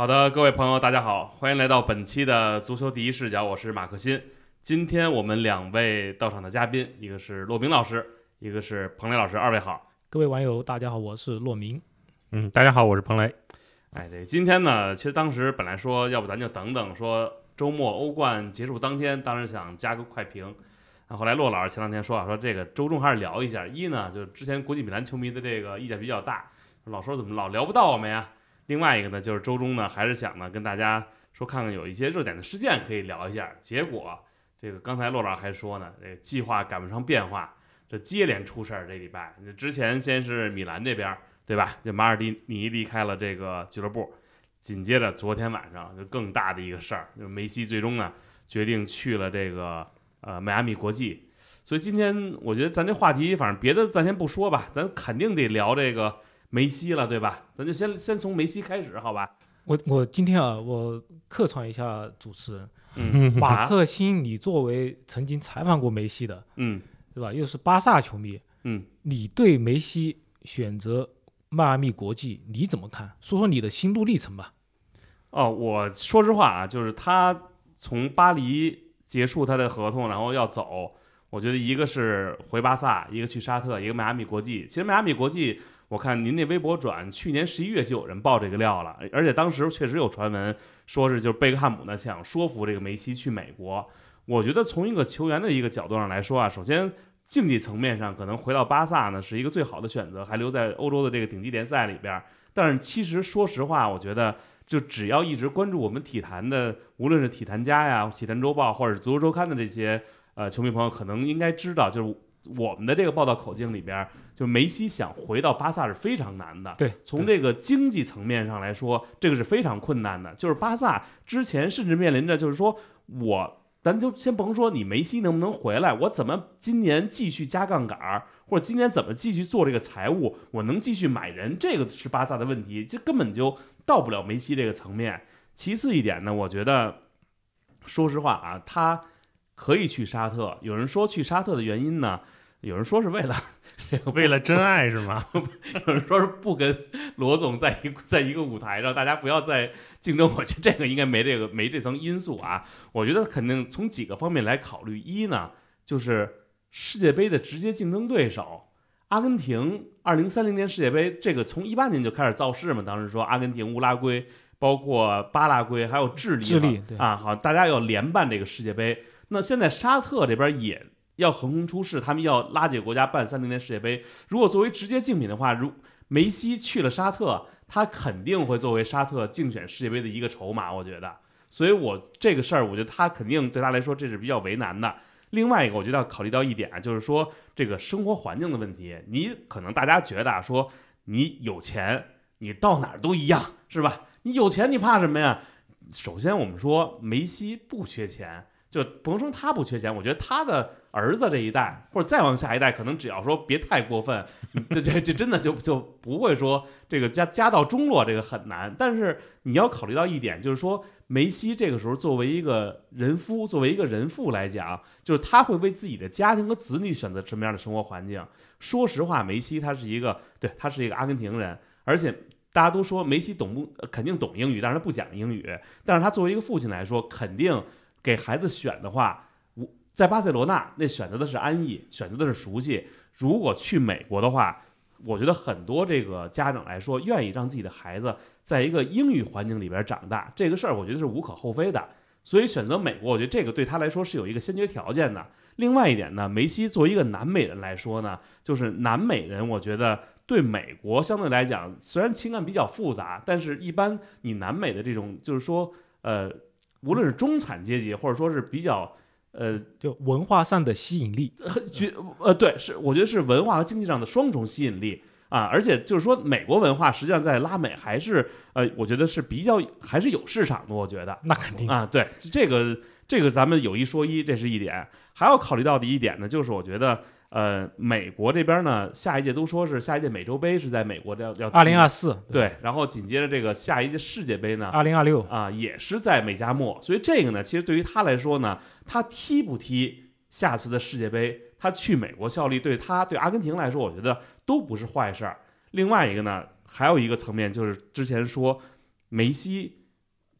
好的，各位朋友，大家好，欢迎来到本期的足球第一视角，我是马克新。今天我们两位到场的嘉宾，一个是骆明老师，一个是彭磊老师，二位好。 各位网友，大家好，我是骆明。 大家好，我是彭磊。 这今天呢，其实当时本来说，要不咱就等等，说周末欧冠结束当天，当时想加个快评。后来骆老师前两天说这个周中还是聊一下。一呢，就是之前国际米兰球迷的这个意见比较大，老说怎么老聊不到我们呀。另外一个呢，就是周中呢，还是想呢跟大家说看看有一些热点的事件可以聊一下。结果这个刚才骆老师还说呢，这个计划赶不上变化，这接连出事儿。这礼拜之前先是米兰这边，对吧？就马尔蒂尼离开了这个俱乐部，紧接着昨天晚上就更大的一个事儿，就是梅西最终呢决定去了这个迈阿密国际。所以今天我觉得咱这话题，反正别的咱先不说吧，咱肯定得聊这个梅西了，对吧？咱就先从梅西开始，好吧？ 我今天我客串一下主持人，马克新，你作为曾经采访过梅西的，对吧？又是巴萨球迷，你对梅西选择迈阿密国际你怎么看？说说你的心路历程吧。 我说实话啊，就是他从巴黎结束他的合同，然后要走，我觉得一个是回巴萨，一个去沙特，一个迈阿密国际。其实迈阿密国际，我看您那微博转，去年11月就有人爆这个料了，而且当时确实有传闻说是就是贝克汉姆呢想说服这个梅西去美国。我觉得从一个球员的一个角度上来说啊，首先竞技层面上可能回到巴萨呢是一个最好的选择，还留在欧洲的这个顶级联赛里边。但是其实说实话，我觉得就只要一直关注我们体坛的，无论是体坛家呀、体坛周报或者是足球周刊的这些球迷朋友，可能应该知道，就是我们的这个报道口径里边，就梅西想回到巴萨是非常难的。 对， 从这个经济层面上来说，这个是非常困难的。就是巴萨之前甚至面临着，就是说咱就先甭说你梅西能不能回来，我怎么今年继续加杠杆，或者今年怎么继续做这个财务，我能继续买人，这个是巴萨的问题，这根本就到不了梅西这个层面。其次一点呢，我觉得说实话啊，他可以去沙特。有人说去沙特的原因呢，有人说是为了真爱是吗？ 有人说是不跟罗总在一个舞台上，大家不要再竞争。我觉得这个应该没这层因素啊。我觉得肯定从几个方面来考虑。一呢，就是世界杯的直接竞争对手阿根廷，2030年世界杯这个从18年就开始造势嘛，当时说阿根廷、乌拉圭，包括巴拉圭还有智利对啊，好，大家要联办这个世界杯。那现在沙特这边也要横空出世，他们要拉几个国家办30年世界杯。如果作为直接竞品的话，梅西去了沙特，他肯定会作为沙特竞选世界杯的一个筹码，我觉得。所以这个事儿，我觉得他肯定对他来说这是比较为难的。另外一个，我觉得要考虑到一点啊，就是说这个生活环境的问题。你可能大家觉得说你有钱，你到哪儿都一样，是吧？你有钱你怕什么呀？首先我们说梅西不缺钱。就甭说他不缺钱，我觉得他的儿子这一代或者再往下一代，可能只要说别太过分，这真的就不会说这个家道中落，这个很难。但是你要考虑到一点，就是说梅西这个时候作为一个人夫，作为一个人父来讲，就是他会为自己的家庭和子女选择什么样的生活环境。说实话，梅西他是一个阿根廷人，而且大家都说梅西肯定懂英语，但是他不讲英语。但是他作为一个父亲来说，肯定给孩子选的话，在巴塞罗那那选择的是安逸，选择的是熟悉。如果去美国的话，我觉得很多这个家长来说，愿意让自己的孩子在一个英语环境里边长大，这个事儿我觉得是无可厚非的。所以选择美国，我觉得这个对他来说是有一个先决条件的。另外一点呢，梅西作为一个南美人来说呢，就是南美人，我觉得对美国相对来讲，虽然情感比较复杂，但是一般你南美的这种就是说无论是中产阶级，或者说是比较就文化上的吸引力， 对，是我觉得是文化和经济上的双重吸引力啊。而且就是说，美国文化实际上在拉美还是我觉得是还是有市场的。我觉得那肯定啊，对，这个咱们有一说一，这是一点。还要考虑到的一点呢，就是我觉得美国这边呢，下一届都说是下一届美洲杯是在美国要 2024， 对，然后紧接着这个下一届世界杯呢 ，2026 啊也是在美加墨，所以这个呢，其实对于他来说呢，他踢不踢下次的世界杯，他去美国效力，对阿根廷来说，我觉得都不是坏事儿。另外一个呢，还有一个层面就是之前说梅西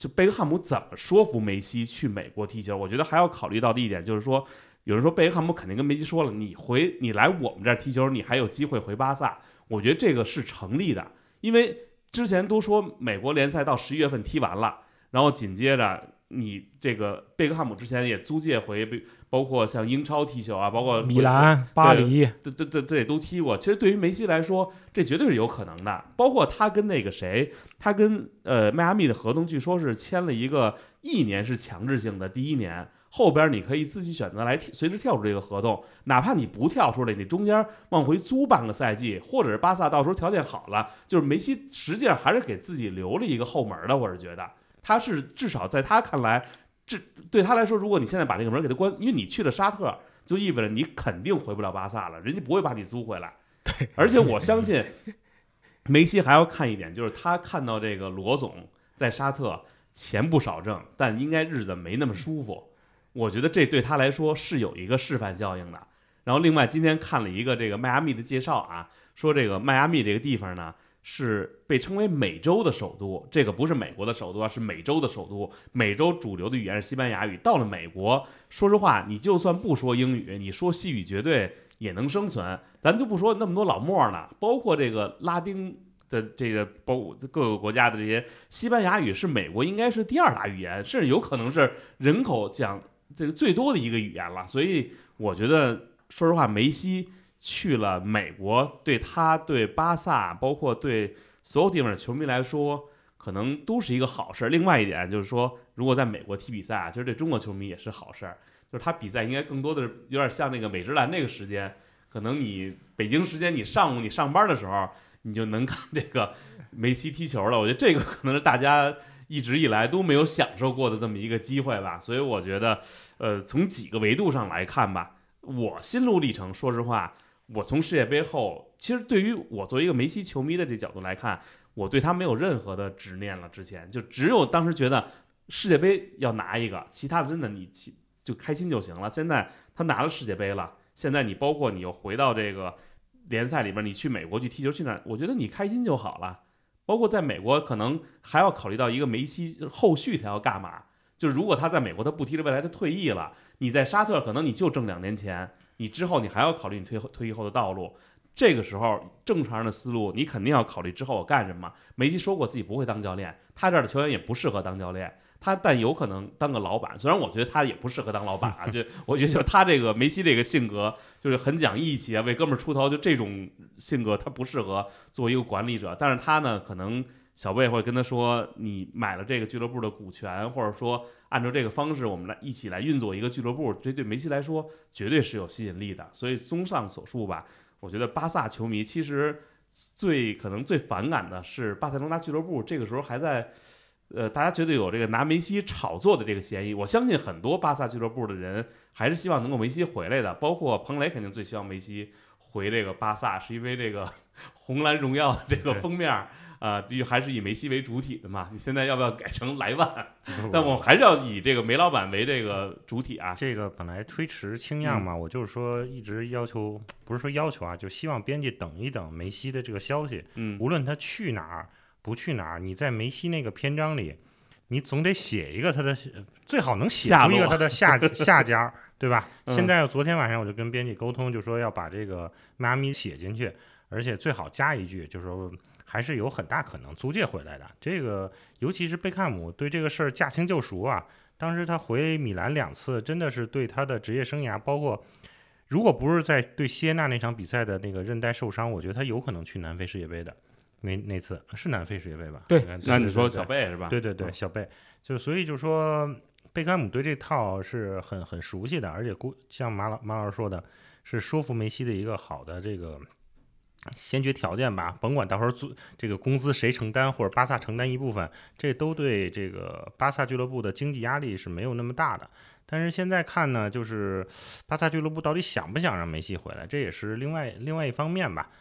就贝克汉姆怎么说服梅西去美国踢球？我觉得还要考虑到的一点就是说，有人说贝克汉姆肯定跟梅西说了，你来我们这儿踢球，你还有机会回巴萨。我觉得这个是成立的，因为之前都说美国联赛到11月份踢完了，然后紧接着你这个贝克汉姆之前也租借回，包括像英超踢球啊，包括米兰、巴黎， 对，都踢过。其实对于梅西来说，这绝对是有可能的。包括他跟那个谁，他跟迈阿密的合同，据说是签了一个1年是强制性的，第1年。后边你可以自己选择来随时跳出这个合同，哪怕你不跳出来，你中间往回租半个赛季，或者是巴萨到时候条件好了，就是梅西实际上还是给自己留了一个后门的。我是觉得他是至少在他看来，对他来说，如果你现在把这个门给他关，因为你去了沙特，就意味着你肯定回不了巴萨了，人家不会把你租回来。 对， 而且我相信梅西还要看一点，就是他看到这个罗总在沙特钱不少挣，但应该日子没那么舒服。我觉得这对他来说是有一个示范效应的。然后另外今天看了一个这个迈阿密的介绍啊，说这个迈阿密这个地方呢是被称为美洲的首都，这个不是美国的首都啊，是美洲的首都。美洲主流的语言是西班牙语，到了美国，说实话，你就算不说英语，你说西语绝对也能生存。咱就不说那么多老墨了，包括这个拉丁的这个包括各个国家的这些，西班牙语是美国应该是第2大语言，甚至有可能是人口讲这个最多的一个语言了。所以我觉得说实话，梅西去了美国，对他、对巴萨，包括对所有地方的球迷来说，可能都是一个好事。另外一点就是说，如果在美国踢比赛，其实对中国球迷也是好事。就是他比赛应该更多的是有点像那个美职篮那个时间，可能你北京时间你上午你上班的时候，你就能看这个梅西踢球了。我觉得这个可能是大家一直以来都没有享受过的这么一个机会吧。所以我觉得，从几个维度上来看吧，我心路历程，说实话，我从世界杯后，其实对于我作为一个梅西球迷的这角度来看，我对他没有任何的执念了。之前就只有当时觉得世界杯要拿一个，其他的真的你就开心就行了。现在他拿了世界杯了，现在你包括你又回到这个联赛里边，你去美国去踢球去哪，我觉得你开心就好了。包括在美国，可能还要考虑到一个梅西后续他要干嘛。就是如果他在美国他不踢了，未来他退役了，你在沙特可能你就挣2年钱，你之后你还要考虑你退役后的道路。这个时候正常人的思路，你肯定要考虑之后我干什么。梅西说过自己不会当教练，他这儿的球员也不适合当教练，但有可能当个老板。虽然我觉得他也不适合当老板啊，就我觉得就他这个梅西这个性格就是很讲义气啊，为哥们儿出头，就这种性格他不适合作为一个管理者。但是他呢，可能小贝会跟他说，你买了这个俱乐部的股权，或者说按照这个方式我们一起来运作一个俱乐部，这对梅西来说绝对是有吸引力的。所以综上所述吧，我觉得巴萨球迷其实可能最反感的是巴塞罗那俱乐部这个时候还在大家觉得有这个拿梅西炒作的这个嫌疑。我相信很多巴萨俱乐部的人还是希望能够梅西回来的，包括彭雷肯定最希望梅西回这个巴萨，是因为这个红蓝荣耀的这个封面还是以梅西为主体的嘛。你现在要不要改成莱万？但我还是要以这个梅老板为这个主体啊。 这个本来推迟轻样嘛，我就是说一直要求，不是说要求啊，就希望编辑等一等梅西的这个消息。无论他去哪儿不去哪儿，你在梅西那个篇章里，你总得写一个他的，最好能写出一个他的下家，对吧？现在昨天晚上我就跟编辑沟通，就说要把这个迈阿密写进去，而且最好加一句，就是说还是有很大可能租借回来的。这个尤其是贝克汉姆对这个事儿驾轻就熟啊。当时他回米兰2次，真的是对他的职业生涯，包括如果不是在对锡耶纳那场比赛的那个韧带受伤，我觉得他有可能去南非世界杯的。那次是南非世界杯吧？ 对， 那你说小贝是吧？ 对，小贝。所以就说贝克汉姆对这套是很熟悉的，而且像马老师说的，是说服梅西的一个好的这个先决条件吧。甭管到时候这个工资谁承担，或者巴萨承担一部分，这都对这个巴萨俱乐部的经济压力是没有那么大的。但是现在看呢，就是巴萨俱乐部到底想不想让梅西回来，这也是另外一方面吧。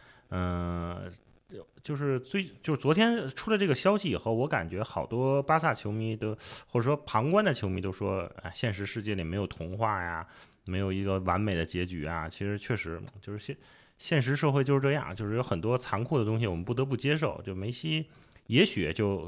就是昨天出了这个消息以后，我感觉好多巴萨球迷都，或者说旁观的球迷都说，现实世界里没有童话呀，没有一个完美的结局啊。其实确实就是现实社会就是这样，就是有很多残酷的东西我们不得不接受。就梅西也许就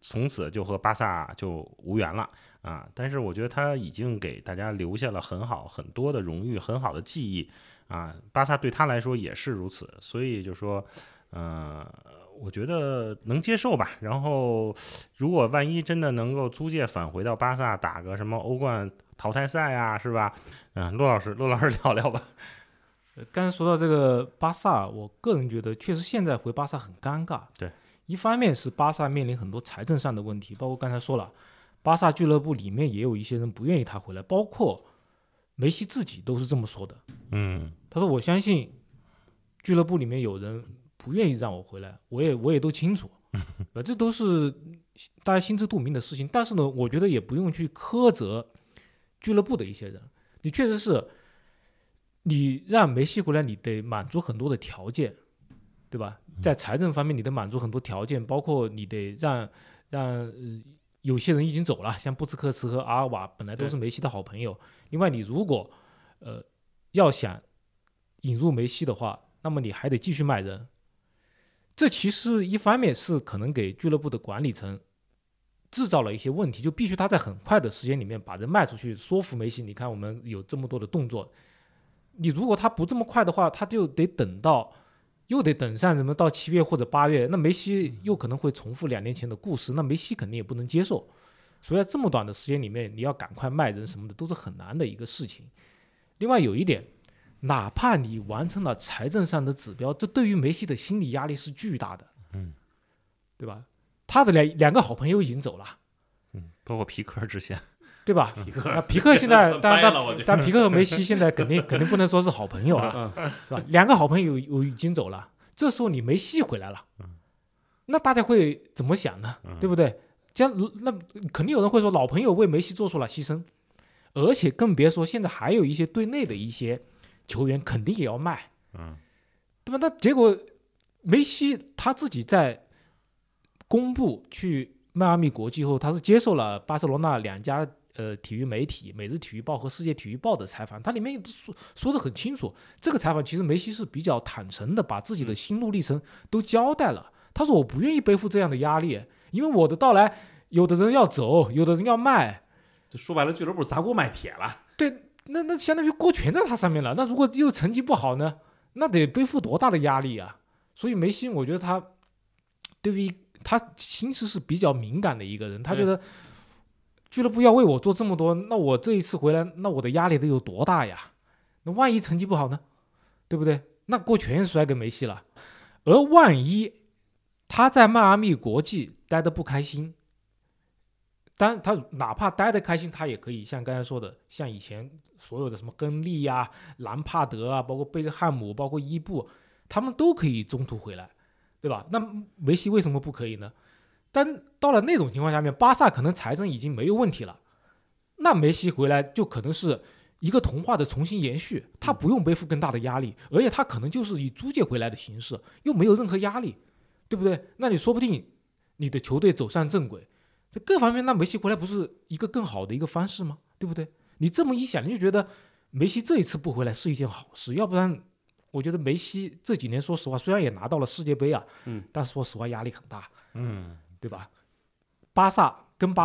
从此就和巴萨就无缘了啊。但是我觉得他已经给大家留下了很多的荣誉，很好的记忆啊。巴萨对他来说也是如此，所以就说，我觉得能接受吧。然后，如果万一真的能够租借返回到巴萨，打个什么欧冠淘汰赛啊，是吧？骆老师聊聊吧。 刚才说到这个巴萨，我个人觉得确实现在回巴萨很尴尬。 对， 一方面是巴萨面临很多财政上的问题，包括刚才说了，巴萨俱乐部里面也有一些人不愿意他回来，包括梅西自己都是这么说的。他说我相信俱乐部里面有人不愿意让我回来，我也都清楚，这都是大家心知肚明的事情。但是呢，我觉得也不用去苛责俱乐部的一些人，你确实是。你让梅西回来，你得满足很多的条件，对吧？在财政方面，你得满足很多条件，包括你得让有些人已经走了，像布斯克茨和阿尔瓦本来都是梅西的好朋友。另外，你如果要想引入梅西的话，那么你还得继续卖人。这其实一方面是可能给俱乐部的管理层制造了一些问题，就必须他在很快的时间里面把人卖出去，说服梅西。你看我们有这么多的动作。你如果他不这么快的话，他就得又得等上什么到7月或者8月，那梅西又可能会重复2年前的故事，那梅西肯定也不能接受。所以在这么短的时间里面，你要赶快卖人什么的，都是很难的一个事情。另外有一点，哪怕你完成了财政上的指标，这对于梅西的心理压力是巨大的，对吧？他的两个好朋友已经走了， 包括皮克之前。 对吧？皮克现在，但皮克和梅西现在肯定不能说是好朋友啊，是吧？两个好朋友已经走了，这时候你梅西回来了，那大家会怎么想呢？对不对？那肯定有人会说老朋友为梅西做出了牺牲，而且更别说现在还有一些队内的一些球员肯定也要卖，对吧？那结果梅西他自己在公布去迈阿密国际后，他是接受了巴塞罗那2家。体育媒体《每日体育报》和《世界体育报》的采访，它里面说得很清楚。这个采访其实梅西是比较坦诚的，把自己的心路历程都交代了。他说：“我不愿意背负这样的压力，因为我的到来，有的人要走，有的人要卖， 就说白了，俱乐部砸锅卖铁了。 对，那相当于锅全在他上面了。那如果又成绩不好呢，那得背负多大的压力啊！所以梅西，我觉得他对于他心思是比较敏感的一个人，他觉得。俱乐部要为我做这么多，那我这一次回来，那我的压力得有多大呀？那万一成绩不好呢？对不对？那锅全甩给梅西了。而万一他在迈阿密国际待得不开心，当然他哪怕待得开心，他也可以像刚才说的，像以前所有的什么亨利啊、兰帕德啊，包括贝克汉姆、包括伊布，他们都可以中途回来，对吧？那梅西为什么不可以呢？但到了那种情况下面，巴萨可能财政已经没有问题了，那梅西回来就可能是一个童话的重新延续，他不用背负更大的压力，而且他可能就是以租借回来的形式，又没有任何压力，对不对？那你说不定你的球队走上正轨，在各方面，那梅西回来不是一个更好的一个方式吗？对不对？你这么一想，你就觉得梅西这一次不回来是一件好事，要不然我觉得梅西这几年说实话虽然也拿到了世界杯啊，但是说实话压力很大，对吧？巴萨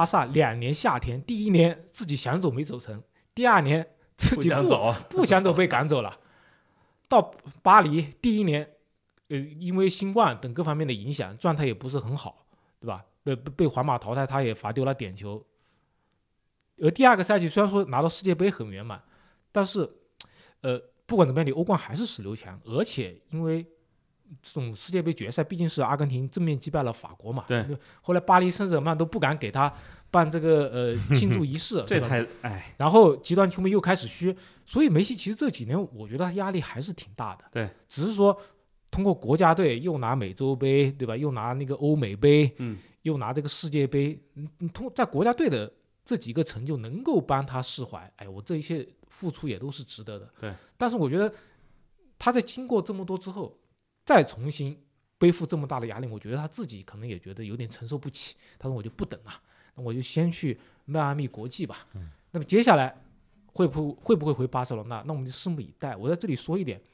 2年夏天，第1年自己想走没走成，第2年自己不想走被赶走了。到巴黎第1年，因为新冠等各方面的影响，状态也不是很好，对吧？被皇马淘汰，他也罚丢了点球。而第2个赛季虽然说拿到世界杯很圆满，但是不管怎么样，你欧冠还是16强，而且因为这种世界杯决赛毕竟是阿根廷正面击败了法国嘛， 对。 后来巴黎圣日耳曼都不敢给他办这个庆祝仪式， 这太然后极端球迷又开始嘘，所以梅西其实这几年我觉得他压力还是挺大的。 对， 只是说通过国家队又拿美洲杯，对吧？又拿那个欧美杯，又拿这个世界杯，在国家队的这几个成就能够帮他释怀，哎，我这一切付出也都是值得的。 对， 但是我觉得他在经过这么多之后，再重新背负这么大的压力，我觉得他自己可能也觉得有点承受不起。他说我就不等了，那我就先去迈阿密国际吧。那么接下来会不会回巴塞罗那？那我们就拭目以待。我在这里说一点，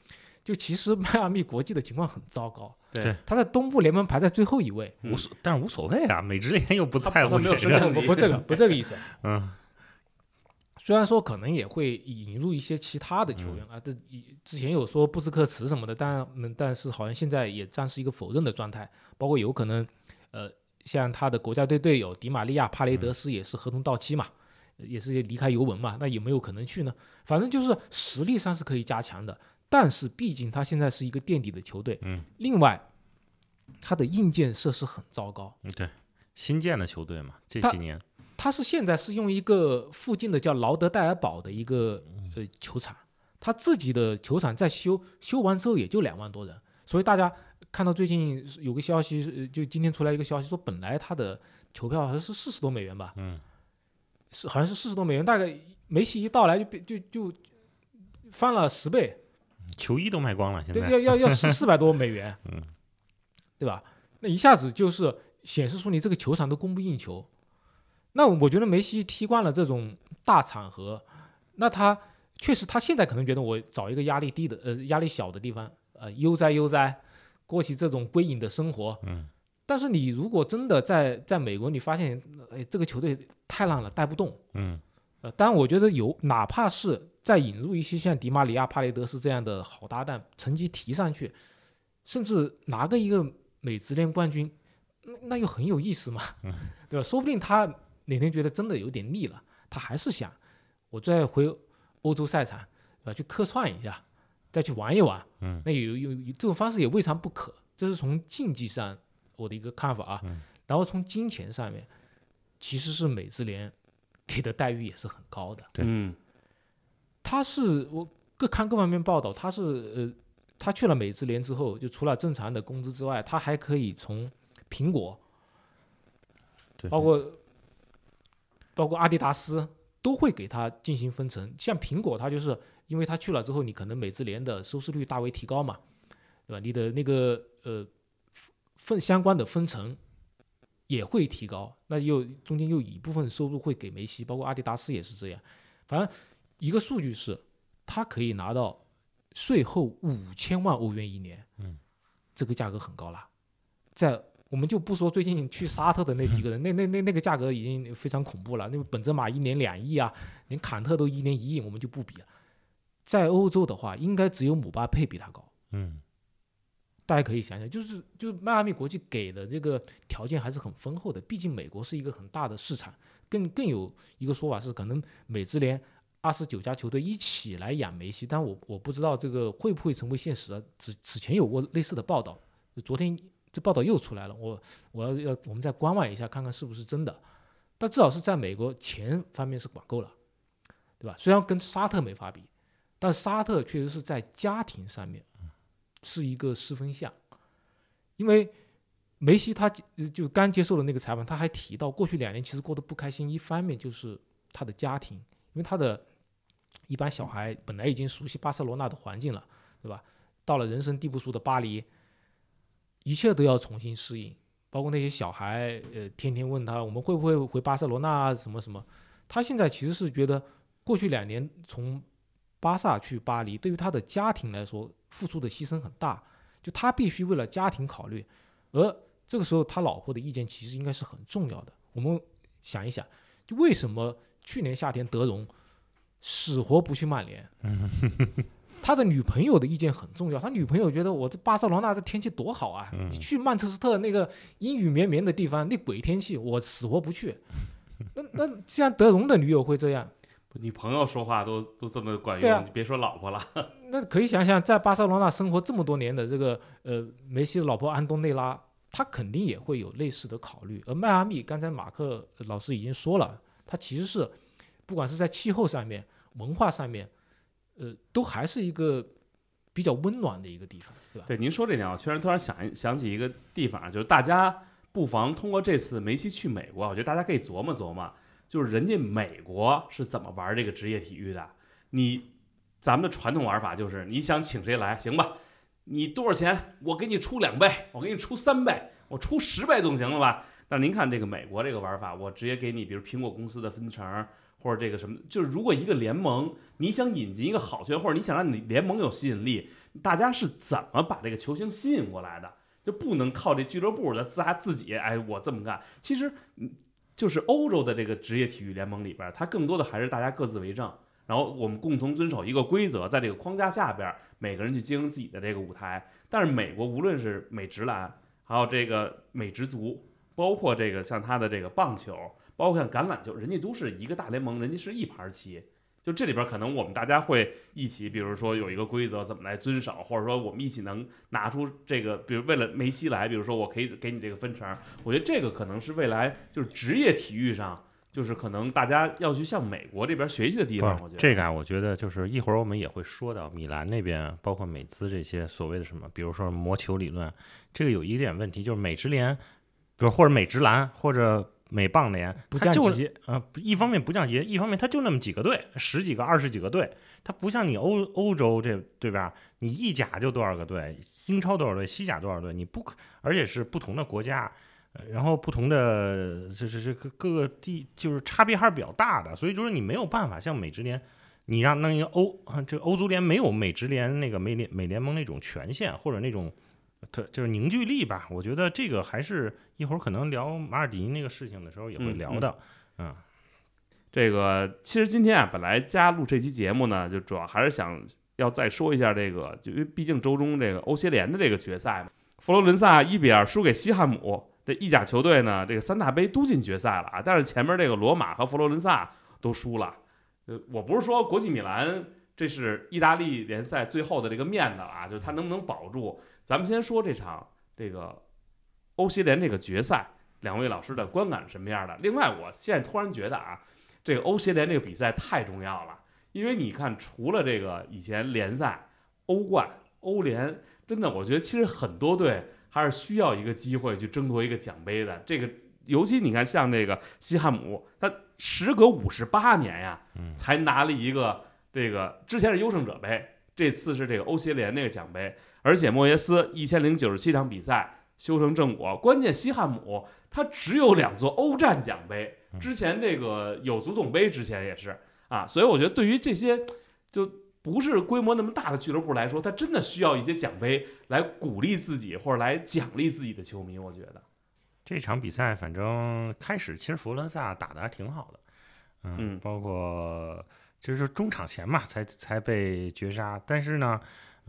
就其实迈阿密国际的情况很糟糕， 对， 他在东部联盟排在最后一位， 但是无所谓啊，美职联又不在乎这个，不这个意思。 嗯， 虽然说可能也会引入一些其他的球员啊，这之前有说布斯克茨什么的，但是好像现在也暂时一个否认的状态，包括有可能像他的国家队队友迪玛利亚、帕雷德斯也是合同到期嘛，也是离开尤文嘛，那有没有可能去呢？反正就是实力上是可以加强的。但是毕竟他现在是一个垫底的球队，另外他的硬件设施很糟糕， 对，新建的球队嘛，这几年他是现在是用一个附近的叫劳德代尔堡的一个球场，他自己的球场在修完之后也就2万多人，所以大家看到最近有个消息，就今天出来一个消息说，本来他的球票好像是40多美元吧，好像是40多美元，大概梅西一到来就翻了10倍。 球衣都卖光了，现在对，要400多美元，对吧？那一下子就是显示出你这个球场都供不应求。那我觉得梅西踢惯了这种大场合，那他确实他现在可能觉得我找一个压力低的压力小的地方，悠哉过起这种归隐的生活。但是你如果真的在美国，你发现这个球队太烂了，带不动。当然我觉得哪怕是再引入一些像迪马里亚、帕雷德斯这样的好搭档，成绩提上去，甚至拿个一个美职联冠军，那又很有意思嘛，对吧？说不定他哪天觉得真的有点腻了，他还是想我再回欧洲赛场，去客串一下，再去玩一玩。那有这种方式也未尝不可。这是从竞技上我的一个看法啊。然后从金钱上面，其实是美职联给的待遇也是很高的。他是我看各方面报道，他是他去了美职联之后，就除了正常的工资之外，他还可以从苹果，包括阿迪达斯都会给他进行分成。像苹果，他就是因为他去了之后，你可能美职联的收视率大为提高嘛，对吧？你的那个相关的分成也会提高，那中间又一部分收入会给梅西，包括阿迪达斯也是这样。反正一个数据是，他可以拿到税后5000万欧元一年，这个价格很高了。我们就不说最近去沙特的那几个人，那个价格已经非常恐怖了。那个本泽马1年2亿啊，连坎特都1年1亿，我们就不比了。在欧洲的话，应该只有姆巴佩比他高。大家可以想想，就是迈阿密国际给的这个条件还是很丰厚的，毕竟美国是一个很大的市场。更有一个说法是，可能美职联29家球队一起来养梅西，但我不知道这个会不会成为现实啊。此前有过类似的报道，昨天这报道又出来了，我们再观望一下，看看是不是真的。但至少是在美国钱方面是管够了，对吧？虽然跟沙特没法比，但沙特确实是在家庭上面是一个失分项。因为梅西他就刚接受的那个采访，他还提到过去2年其实过得不开心，一方面就是他的家庭，因为他的一般小孩本来已经熟悉巴塞罗那的环境了，对吧？到了人生地不熟的巴黎，一切都要重新适应，包括那些小孩天天问他我们会不会回巴塞罗那什么什么。他现在其实是觉得过去2年从巴萨去巴黎，对于他的家庭来说付出的牺牲很大，就他必须为了家庭考虑，而这个时候他老婆的意见其实应该是很重要的。我们想一想，就为什么去年夏天德容死活不去曼联，他的女朋友的意见很重要。他女朋友觉得我这巴塞罗那这天气多好啊，你去曼彻斯特那个阴雨绵绵的地方，那鬼天气我死活不去。那既然德容的女友会这样， 女朋友说话都这么管用，你别说老婆了。 那可以想想，在巴塞罗那生活这么多年的这个梅西的老婆安东内拉，他肯定也会有类似的考虑。而迈阿密，刚才马克老师已经说了，他其实是不管是在气候上面、文化上面，都还是一个比较温暖的一个地方，对吧？ 对，您说这点，我突然想起一个地方，就是大家不妨通过这次梅西去美国，我觉得大家可以琢磨琢磨，就是人家美国是怎么玩这个职业体育的。咱们的传统玩法就是你想请谁来，行吧？你多少钱？我给你出2倍，我给你出3倍，我出10倍总行了吧？但是您看这个美国这个玩法，我直接给你，比如苹果公司的分成， 或者这个什么，就是如果一个联盟你想引进一个好球员，或者你想让你联盟有吸引力，大家是怎么把这个球星吸引过来的？就不能靠这俱乐部的自己，哎，我这么干。其实，就是欧洲的这个职业体育联盟里边，它更多的还是大家各自为政，然后我们共同遵守一个规则，在这个框架下边，每个人去经营自己的这个舞台。但是美国无论是美职篮，还有这个美职足，包括这个像他的这个棒球，包括像橄榄球，人家都是一个大联盟，人家是一盘棋。就这里边可能我们大家会一起，比如说有一个规则怎么来遵守，或者说我们一起能拿出这个，比如为了梅西来，比如说我可以给你这个分成。我觉得这个可能是未来就是职业体育上，就是可能大家要去向美国这边学习的地方。我觉得这个我觉得就是一会儿我们也会说到米兰那边，包括美资这些所谓的什么，比如说魔球理论，这个有一点问题，就是美职联，比如或者美职篮或者美棒联不降级一方面不降级，一方面它就那么几个队，10几个、20几个队，它不像你欧洲这对吧？你意甲就多少个队，英超多少队，西甲多少队，你不可，而且是不同的国家，然后不同的这各个地就是差别还是比较大的，所以就是你没有办法像美职联，你让弄一个这个欧足联没有美职联那个美联盟那种权限或者那种。就是凝聚力吧，我觉得这个还是一会儿可能聊马尔蒂尼那个事情的时候也会聊到。 这个其实今天啊，本来加入这期节目呢，就主要还是想要再说一下这个，就因为毕竟周中这个欧协联的这个决赛嘛，佛罗伦萨1-2输给西汉姆，这意甲球队呢，这个3大杯都进决赛了啊，但是前面这个罗马和佛罗伦萨都输了。我不是说国际米兰这是意大利联赛最后的这个面子啊，就是他能不能保住。咱们先说这场这个欧协联这个决赛，两位老师的观感是什么样的？另外，我现在突然觉得啊，这个欧协联这个比赛太重要了，因为你看，除了这个以前联赛、欧冠、欧联，真的，我觉得其实很多队还是需要一个机会去争夺一个奖杯的。这个，尤其你看，像这个西汉姆，他时隔58年呀，才拿了一个这个之前是优胜者杯，这次是这个欧协联那个奖杯。而且莫耶斯1097场比赛修成正果，关键西汉姆他只有2座欧战奖杯，之前这个有足总杯之前也是啊，所以我觉得对于这些就不是规模那么大的俱乐部来说，他真的需要一些奖杯来鼓励自己或者来奖励自己的球迷。我觉得这场比赛反正开始其实佛罗伦萨打得还挺好的，包括就是中场前嘛才被绝杀，但是呢，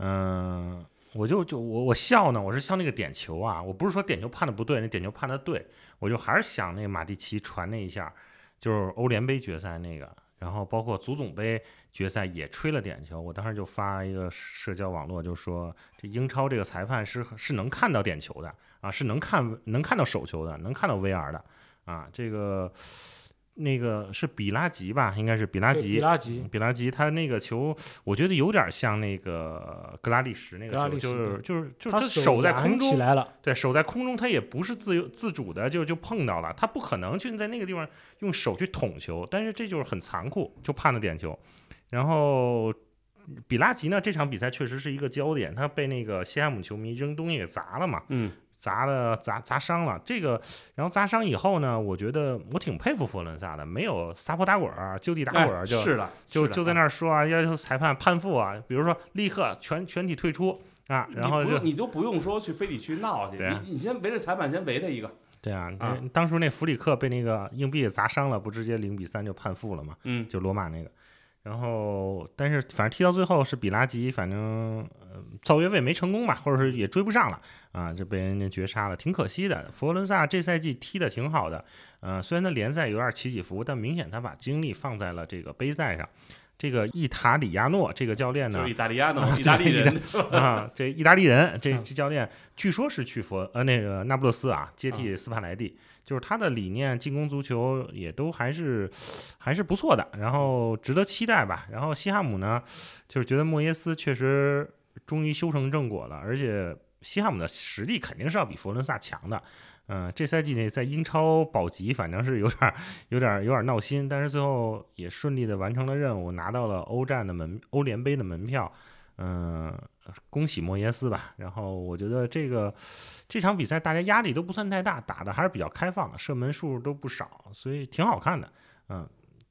我笑呢，我是笑那个点球啊，我不是说点球判的不对，那点球判的对，我就还是想那个马蒂奇传那一下，就是欧联杯决赛那个，然后包括足总杯决赛也吹了点球，我当时就发一个社交网络，就说这英超这个裁判是能看到点球的啊，是能看到手球的，能看到 VR 的啊，这个。那个是比拉吉吧，应该是比拉吉，他那个球，我觉得有点像那个格拉利什那个球，就是他手在空中起来了， 对，手在空中，他也不是自主的就碰到了，他不可能去在那个地方用手去捅球，但是这就是很残酷，就判了点球。然后比拉吉呢，这场比赛确实是一个焦点，他被那个西汉姆球迷扔东西给砸了嘛，砸伤了这个，然后砸伤以后呢，我觉得我挺佩服佛罗伦萨的，没有撒泼打滚就地打滚就在那儿说啊，要求裁判判负啊，比如说立刻全体退出啊，然后你就不用说去非得去闹去，你先围着裁判先围他一个。 对啊，当初那弗里克被那个硬币砸伤了，不直接0-3就判负了嘛？就罗马那个。然后，但是反正踢到最后是比拉吉，反正造越位没成功吧，或者是也追不上了啊，就被人家绝杀了，挺可惜的。佛罗伦萨这赛季踢得挺好的，虽然他联赛有点起起伏，但明显他把精力放在了这个杯赛上。这个伊塔里亚诺这个教练呢， 就是意大利人啊，这意大利人这教练据说是去那个那不勒斯啊接替斯帕莱蒂。就是他的理念，进攻足球也都还是不错的，然后值得期待吧。然后西汉姆呢，就是觉得莫耶斯确实终于修成正果了，而且西汉姆的实力肯定是要比佛罗伦萨强的。这赛季呢在英超保级，反正是有点闹心，但是最后也顺利的完成了任务，拿到了欧联杯的门票。恭喜莫耶斯吧。然后我觉得这场比赛大家压力都不算太大，打的还是比较开放的，射门数都不少，所以挺好看的。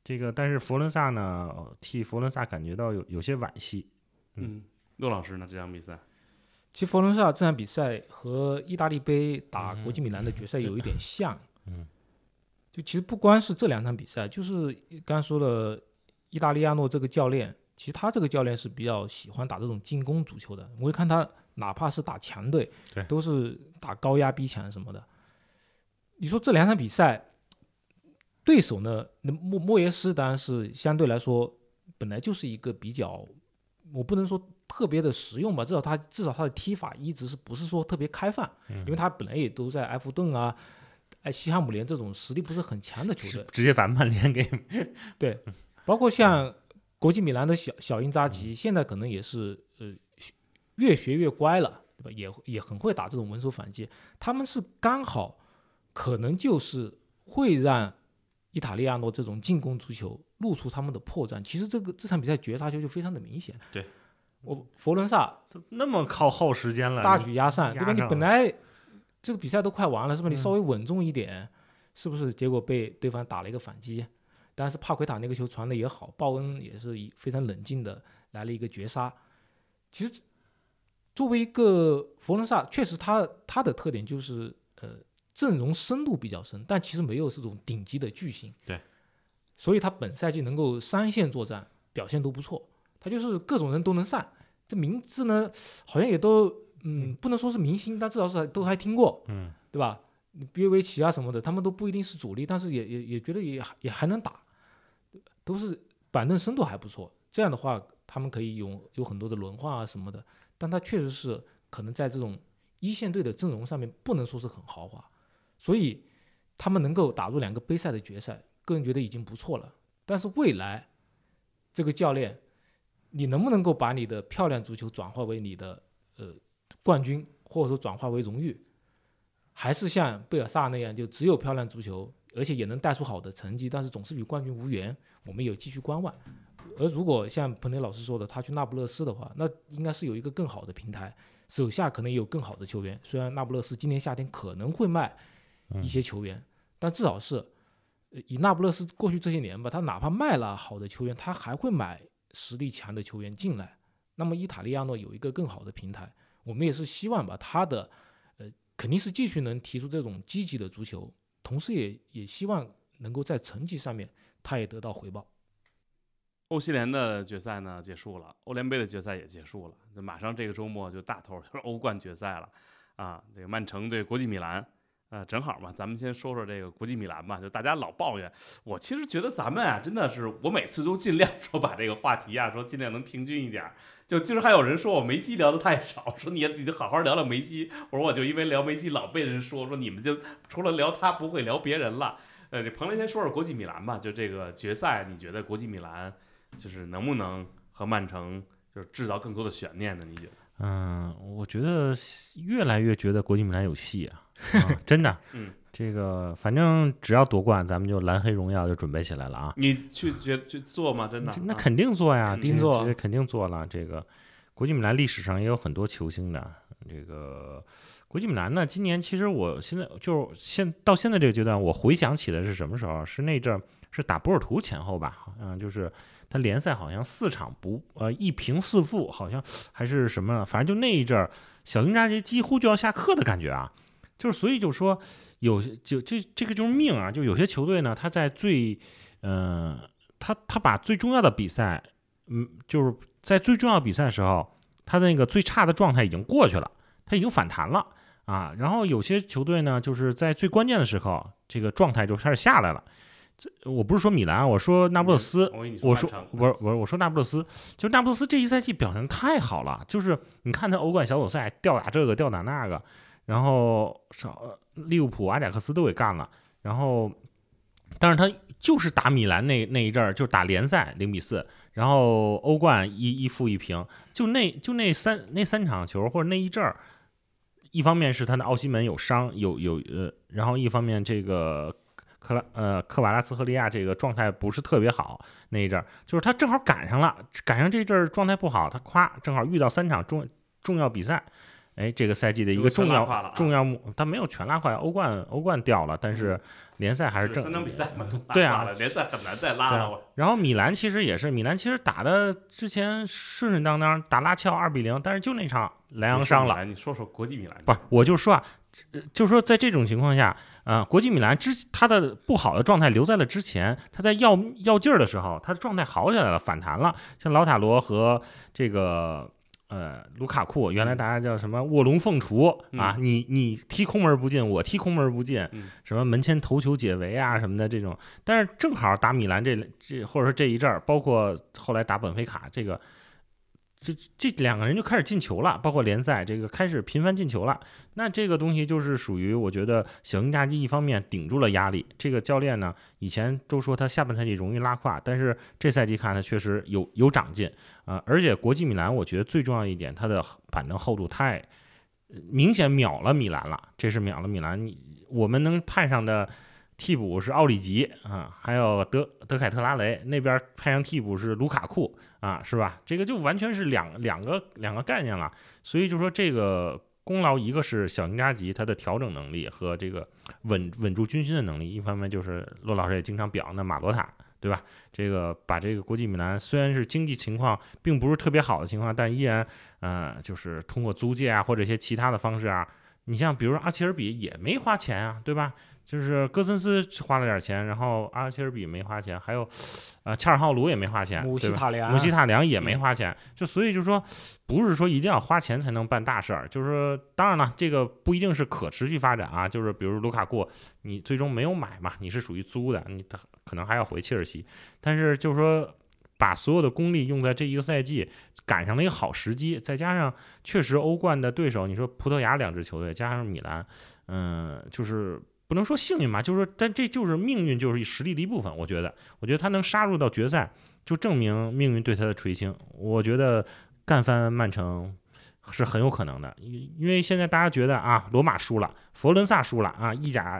这个但是佛伦萨呢，替佛伦萨感觉到有些惋惜。 陆老师呢？这场比赛， 其实佛伦萨这场比赛和意大利杯打国际米兰的决赛有一点像。就其实不光是这2场比赛，就是刚刚说的意大利亚诺这个教练，其实他这个教练是比较喜欢打这种进攻足球的。我会看他哪怕是打强队，都是打高压逼抢什么的。你说这2场比赛，对手呢，莫耶斯当然是相对来说本来就是一个比较，我不能说特别的实用吧，至少他的踢法一直不是说特别开放，因为他本来也都在埃弗顿啊、西汉姆联这种实力不是很强的球队， 直接把曼联给对，包括像国际米兰的小因扎吉，现在可能也是越学越乖了，对吧？也很会打这种稳守反击，他们是刚好可能就是会让伊塔利亚诺这种进攻足球露出他们的破绽。其实这场比赛绝杀球就非常的明显。 对， 佛伦萨那么靠耗时间了， 大举压上，对吧？你本来这个比赛都快完了，是吧？你稍微稳重一点，是不是？结果被对方打了一个反击。但是帕奎塔那个球传的也好，鲍恩也是非常冷静的来了一个绝杀。其实作为一个佛伦萨，确实他的特点就是阵容深度比较深，但其实没有这种顶级的巨星。 对， 所以他本赛季能够3线作战，表现都不错。他就是各种人都能上，这名字呢好像也都不能说是明星，但至少是都还听过，对吧？约维奇啊什么的，他们都不一定是主力，但是也觉得也还能打，都是板凳深度还不错。这样的话，他们可以有很多的轮换啊什么的，但他确实是可能在这种一线队的阵容上面不能说是很豪华，所以他们能够打入2个杯赛的决赛，个人觉得已经不错了。但是未来这个教练，你能不能够把你的漂亮足球转化为你的冠军，或者说转化为荣誉，还是像贝尔萨那样就只有漂亮足球，而且也能带出好的成绩，但是总是与冠军无缘，我们也继续观望。而如果像彭雷老师说的，他去那不勒斯的话，那应该是有一个更好的平台，手下可能也有更好的球员。虽然那不勒斯今年夏天可能会卖一些球员，但至少是以那不勒斯过去这些年吧，他哪怕卖了好的球员，他还会买实力强的球员进来。那么伊塔利亚诺有一个更好的平台，我们也是希望吧，他的肯定是继续能提出这种积极的足球，同时也希望能够在成绩上面他也得到回报。 欧协联的决赛呢结束了，欧联杯的决赛也结束了，就马上这个周末就大头就是欧冠决赛了啊！这个曼城对国际米兰，正好嘛，咱们先说说这个国际米兰吧。就大家老抱怨，我其实觉得咱们啊，真的是我每次都尽量说把这个话题啊，说尽量能平均一点。就今儿还有人说我梅西聊得太少，说你就好好聊聊梅西。我说我就因为聊梅西老被人说你们就除了聊他不会聊别人了。这彭雷先说说国际米兰吧，就这个决赛，你觉得国际米兰就是能不能和曼城就是制造更多的悬念呢？你觉得？ 我觉得越来越觉得国际米兰有戏啊，真的。这个反正只要夺冠，咱们就蓝黑荣耀就准备起来了啊！ 你去做吗？真的？ 那肯定做呀，肯定做了。这个国际米兰历史上也有很多球星的。这个国际米兰呢，今年其实我现在到现在这个阶段，我回想起来是什么时候？是那阵是打波尔图前后吧？就是他联赛好像4场1平4负，好像还是什么，反正就那一阵小因扎吉几乎就要下课的感觉啊！就是所以就说这个就是命啊！就有些球队呢，他在他把最重要的比赛，就是在最重要的比赛的时候，他的那个最差的状态已经过去了，他已经反弹了啊。然后有些球队呢，就是在最关键的时候，这个状态就开始下来了。我不是说米兰，我说那不勒斯，我说那不勒斯，就那不勒斯这一赛季表现太好了，就是你看他欧冠小组赛吊打这个吊打那个，然后利物浦、阿贾克斯都给干了，然后但是他就是打米兰那一阵儿，就是打联赛0比4，然后欧冠1负1平，就那三场球或者那一阵儿，一方面是他的奥西门有伤，然后一方面这个科瓦拉斯赫利亚这个状态不是特别好，那一阵儿就是他正好赶上这阵儿状态不好，他正好遇到3场重要比赛， 这个赛季的一个重要他没有全拉胯，欧冠掉了，但是联赛还是 3场比赛嘛， 对啊， 联赛很难再拉了。 然后米兰其实也是，米兰其实打的之前顺顺当当，打拉齐奥2-0，但是就那场莱昂伤了。 你说国际米兰， 不是，我就说啊，就是说在这种情况下，国际米兰他的不好的状态留在了之前，他在要劲儿的时候，他的状态好起来了，反弹了，像老塔罗和这个。卢卡库原来大家叫什么卧龙凤雏啊？你踢空门不进，我踢空门不进，什么门前头球解围啊什么的这种。但是正好打米兰这或者说这一阵儿，包括后来打本菲卡这两个人就开始进球了，包括联赛这个开始频繁进球了。那这个东西就是属于我觉得小因扎基一方面顶住了压力，这个教练呢以前都说他下半赛季容易拉胯，但是这赛季看他确实有长进而且国际米兰我觉得最重要一点，他的板凳厚度太明显秒了米兰了，这是秒了米兰。我们能派上的替补是奥里吉还有德凯特拉雷，那边派上替补是卢卡库是吧？这个就完全是两个概念了。所以就说这个功劳，一个是小因扎吉他的调整能力和这个稳住军心的能力，一方面就是骆老师也经常表扬的马罗塔，对吧？这个把这个国际米兰虽然是经济情况并不是特别好的情况，但依然就是通过租借或者一些其他的方式你像比如说阿切尔比也没花钱对吧？就是戈森斯花了点钱，然后阿切尔比没花钱，还有恰尔浩卢也没花钱， 姆希塔良也没花钱，就所以就说不是说一定要花钱才能办大事儿，就是说当然了，这个不一定是可持续发展就是比如卢卡库你最终没有买嘛，你是属于租的，你可能还要回切尔西，但是就是说把所有的功力用在这一个赛季，赶上了一个好时机，再加上确实欧冠的对手，你说葡萄牙2支球队加上米兰，就是不能说幸运嘛，就是说，但这就是命运，就是实力的一部分。我觉得他能杀入到决赛，就证明命运对他的垂青。我觉得干翻曼城是很有可能的，因为现在大家觉得罗马输了，佛罗伦萨输了意甲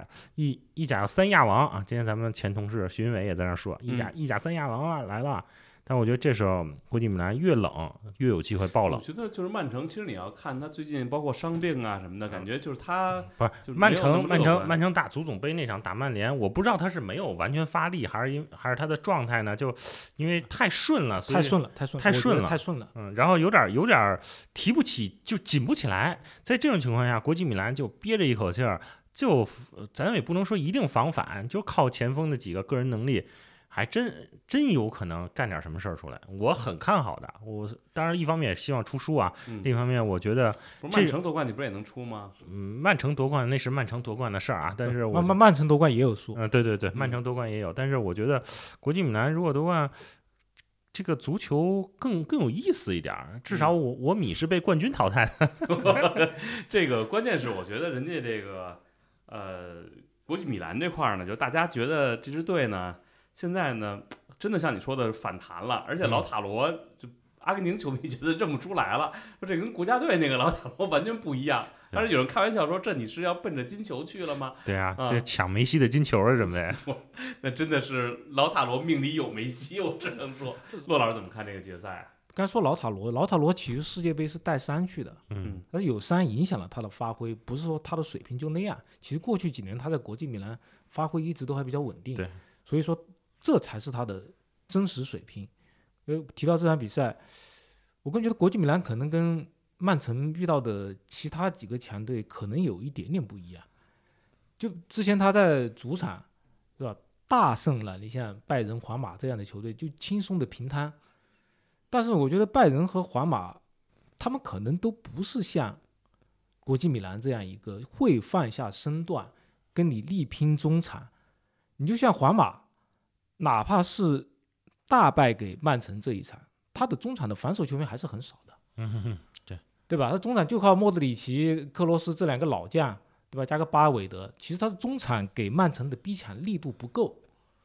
3亚王今天咱们前同事徐云伟也在那说，意甲3亚王来了。但我觉得这时候国际米兰越冷越有机会爆冷。 我觉得就是曼城，其实你要看他最近包括伤病什么的，感觉就是他不是曼城打足总杯那场打曼联，我不知道他是没有完全发力，还是他的状态呢？就因为太顺了， 太顺了， 然后有点提不起，就紧不起来。在这种情况下，国际米兰就憋着一口气儿，就咱也不能说一定防反，就靠前锋的几个个人能力。还真有可能干点什么事儿出来，我很看好的。我当然一方面也希望出书另一方面我觉得曼城夺冠你不是也能出吗？ 曼城夺冠那是曼城夺冠的事儿但是曼城夺冠也有书。 对，曼城夺冠也有，但是我觉得国际米兰如果夺冠，这个足球更有意思一点，至少我米是被冠军淘汰的。 这个关键是我觉得人家这个国际米兰这块呢，就大家觉得这支队呢。现在呢，真的像你说的反弹了，而且老塔罗就阿根廷球迷觉得认不出来了，说这跟国家队那个老塔罗完全不一样。但是有人开玩笑说，这你是要奔着金球去了吗？ 对这抢梅西的金球准备。 那真的是老塔罗命里有梅西，我只能说。骆老师怎么看这个决赛？ 刚说老塔罗其实世界杯是带伤去的，但是有伤影响了他的发挥，不是说他的水平就那样。其实过去几年他在国际米兰发挥一直都还比较稳定， 对， 所以说。这才是他的真实水平。提到这场比赛，我更觉得国际米兰可能跟曼城遇到的其他几个强队可能有一点点不一样。就之前他在主场，是吧，大胜了你像拜仁、皇马这样的球队，就轻松的平摊。但是我觉得拜仁和皇马，他们可能都不是像国际米兰这样一个会放下身段跟你力拼中场。你就像皇马。哪怕是大败给曼城这一场，他的中场的防守球员还是很少的。对吧？他中场就靠莫德里奇、克罗斯这两个老将，对吧？加个巴韦德，其实他的中场给曼城的逼抢力度不够。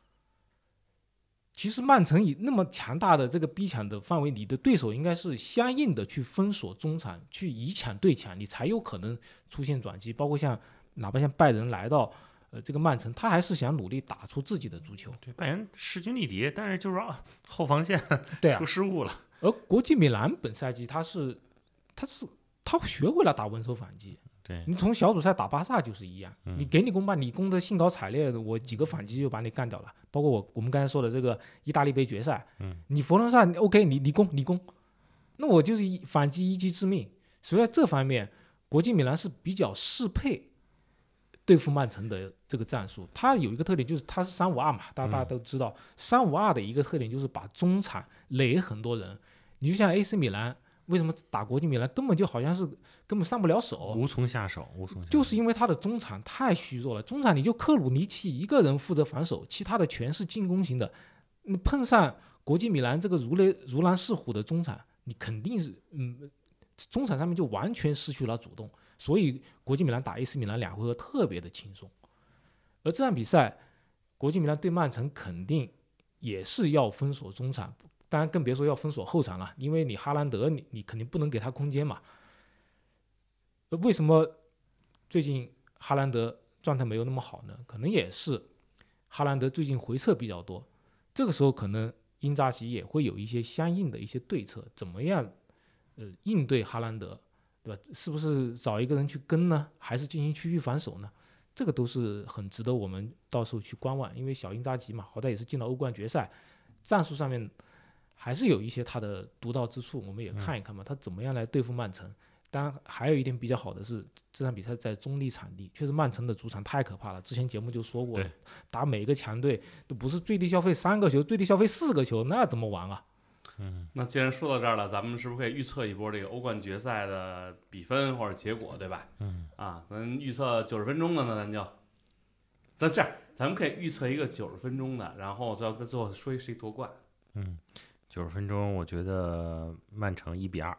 其实曼城以那么强大的这个逼抢的范围，你的对手应该是相应的去封锁中场，去以抢对抢，你才有可能出现转机。包括哪怕像拜仁来到。这个曼城他还是想努力打出自己的足球。 对，拜仁势均力敌，但是就是说后防线出失误了。 而国际米兰本赛季他是他学会了打稳守反击。 对， 你从小组赛打巴萨就是一样，你给你攻吧，你攻得兴高采烈，我几个反击就把你干掉了。包括我们刚才说的这个意大利杯决赛，你佛罗伦萨 OK， 你攻，那我就是反击一击致命。所以在这方面，国际米兰是比较适配对付曼城的这个战术。它有一个特点就是它是352嘛，大家都知道352的一个特点就是把中场垒很多人。你就像 AC 米兰。为什么打国际米兰根本就好像是根本上不了手， 无从下手， 就是因为他的中场太虚弱了。中场你就克鲁尼奇一个人负责防守，其他的全是进攻型的。你碰上国际米兰这个如狼似虎的中场，你肯定是中场上面就完全失去了主动。所以国际米兰打 AC 米兰2回合特别的轻松。而这场比赛，国际米兰对曼城肯定也是要封锁中场。当然更别说要封锁后场了，因为你哈兰德你肯定不能给他空间嘛。为什么最近哈兰德状态没有那么好呢？可能也是哈兰德最近回撤比较多，这个时候可能因扎吉也会有一些相应的一些对策，怎么样应对哈兰德，对吧？是不是找一个人去跟呢，还是进行区域防守呢？这个都是很值得我们到时候去观望，因为小因扎吉嘛，好歹也是进了欧冠决赛，战术上面还是有一些他的独到之处，我们也看一看嘛，他怎么样来对付曼城。当然还有一点比较好的是，这场比赛在中立场地，确实曼城的主场太可怕了，之前节目就说过了，打每个强队都不是最低消费3个球，最低消费4个球，那怎么玩啊？ 那既然说到这儿了，咱们是不是可以预测一波这个欧冠决赛的比分或者结果，对吧？咱预测90分钟的呢，咱这样，咱们可以预测一个90分钟的，然后再最后说谁夺冠。 90分钟，我觉得曼城1-2。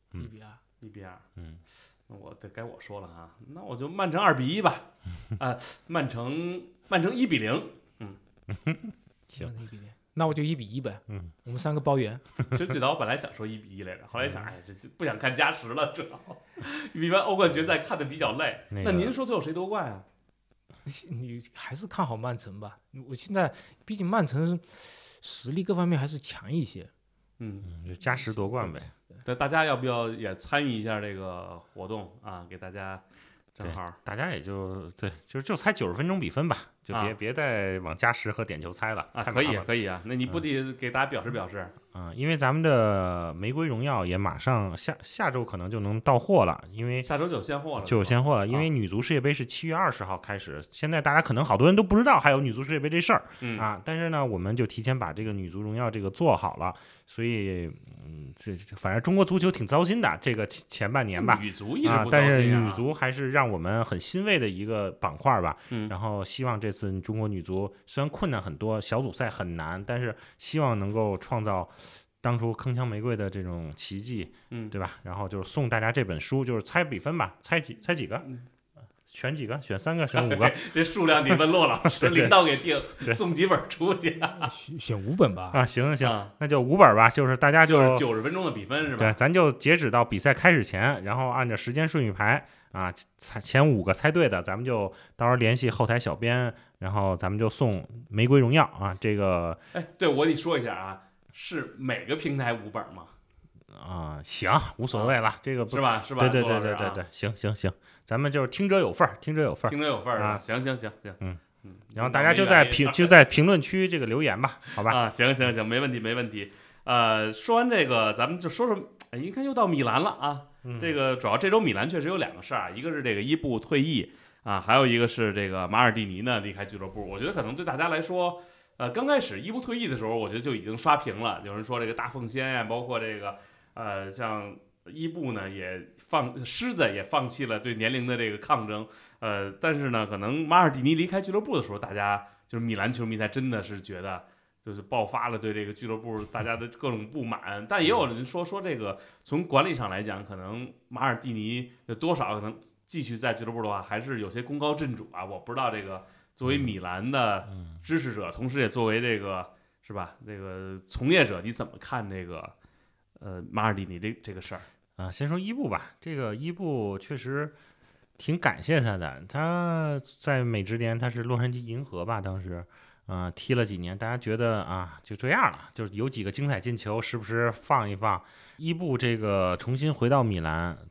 1-2。那该我说了哈，那我就曼城2-1吧。曼城1-0。 行，1-0。那我就1-1呗。我们3个包圆。 其实最早我本来想说1-1来着，后来想，这不想看加时了，主要一般欧冠决赛看的比较累。那您说最后谁夺冠啊？ 你还是看好曼城吧。我现在毕竟曼城实力各方面还是强一些。 就加时夺冠呗。 对，大家要不要也参与一下这个活动啊？给大家正好， 大家也就猜90分钟比分吧，就别再往加时和点球猜了。 可以啊，那你不得给大家表示？ 因为咱们的玫瑰荣耀也马上下周可能就能到货了，因为下周就有现货了。 因为女足世界杯是7月20号开始，现在大家可能好多人都不知道还有女足世界杯这事儿但是呢，我们就提前把这个女足荣耀这个做好了，所以反正中国足球挺糟心的这个前半年吧， 女足一直不糟心但是女足还是让我们很欣慰的一个板块吧。然后希望这次中国女足虽然困难很多，小组赛很难，但是希望能够创造当初铿锵玫瑰的这种奇迹，对吧？然后就是送大家这本书，就是猜比分吧，猜几个？选几个？选3个？选5个？ 这数量你问骆老师，领导给定，送几本出去？ 选5本吧。 行，那就5本吧。就是大家就是90分钟的比分是吧？ 对，咱就截止到比赛开始前，然后按照时间顺序排前5个猜对的，咱们就到时候联系后台小编，然后咱们就送玫瑰荣耀这个。 对，我得说一下啊。是每个平台5本吗？ 行，无所谓了，这个不是吧？ 对，行，咱们就是听者有份儿，听者有份儿行， 然后大家就在评论区这个留言吧，好吧？ 行，没问题。说完这个，咱们就说说，你看又到米兰了啊。这个主要这周米兰确实有2个事儿，一个是这个伊布退役还有一个是这个马尔蒂尼呢离开俱乐部。我觉得可能对大家来说。刚开始伊布退役的时候，我觉得就已经刷屏了。有人说这个大奉先呀，包括这个像伊布呢狮子也放弃了对年龄的这个抗争。但是呢，可能马尔蒂尼离开俱乐部的时候，大家就是米兰球迷才真的是觉得就是爆发了对这个俱乐部大家的各种不满。但也有人说这个从管理上来讲，可能马尔蒂尼有多少可能继续在俱乐部的话，还是有些功高震主啊。我不知道这个。作为米兰的支持者，同时也作为这个是吧这个从业者，你怎么看这个马尔蒂尼这个事儿先说伊布吧，这个伊布确实挺感谢他的。他在美职联他是洛杉矶银河吧，当时踢了几年，大家觉得就这样了，就是有几个精彩进球，时不时放一放。伊布这个重新回到米兰。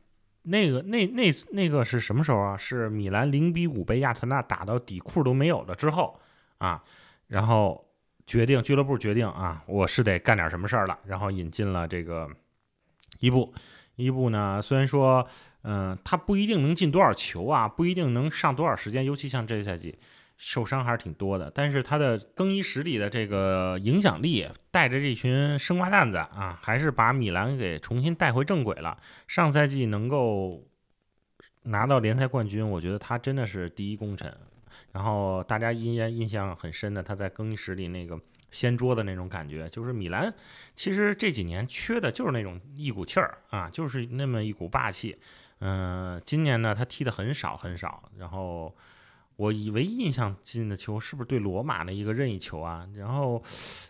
那个是什么时候啊？是米兰0-5被亚特兰大打到底裤都没有了之后啊，然后俱乐部决定啊，我是得干点什么事儿了，然后引进了这个伊布呢，虽然说他不一定能进多少球啊，不一定能上多少时间，尤其像这赛季受伤还是挺多的，但是他的更衣室里的这个影响力，带着这群生瓜蛋子啊，还是把米兰给重新带回正轨了。上赛季能够拿到联赛冠军，我觉得他真的是第一功臣。然后大家印象很深的，他在更衣室里那个掀桌的那种感觉，就是米兰其实这几年缺的就是那种一股气儿啊，就是那么一股霸气。今年呢他踢的很少，然后我以为印象进的球是不是对罗马的一个任意球啊？然后，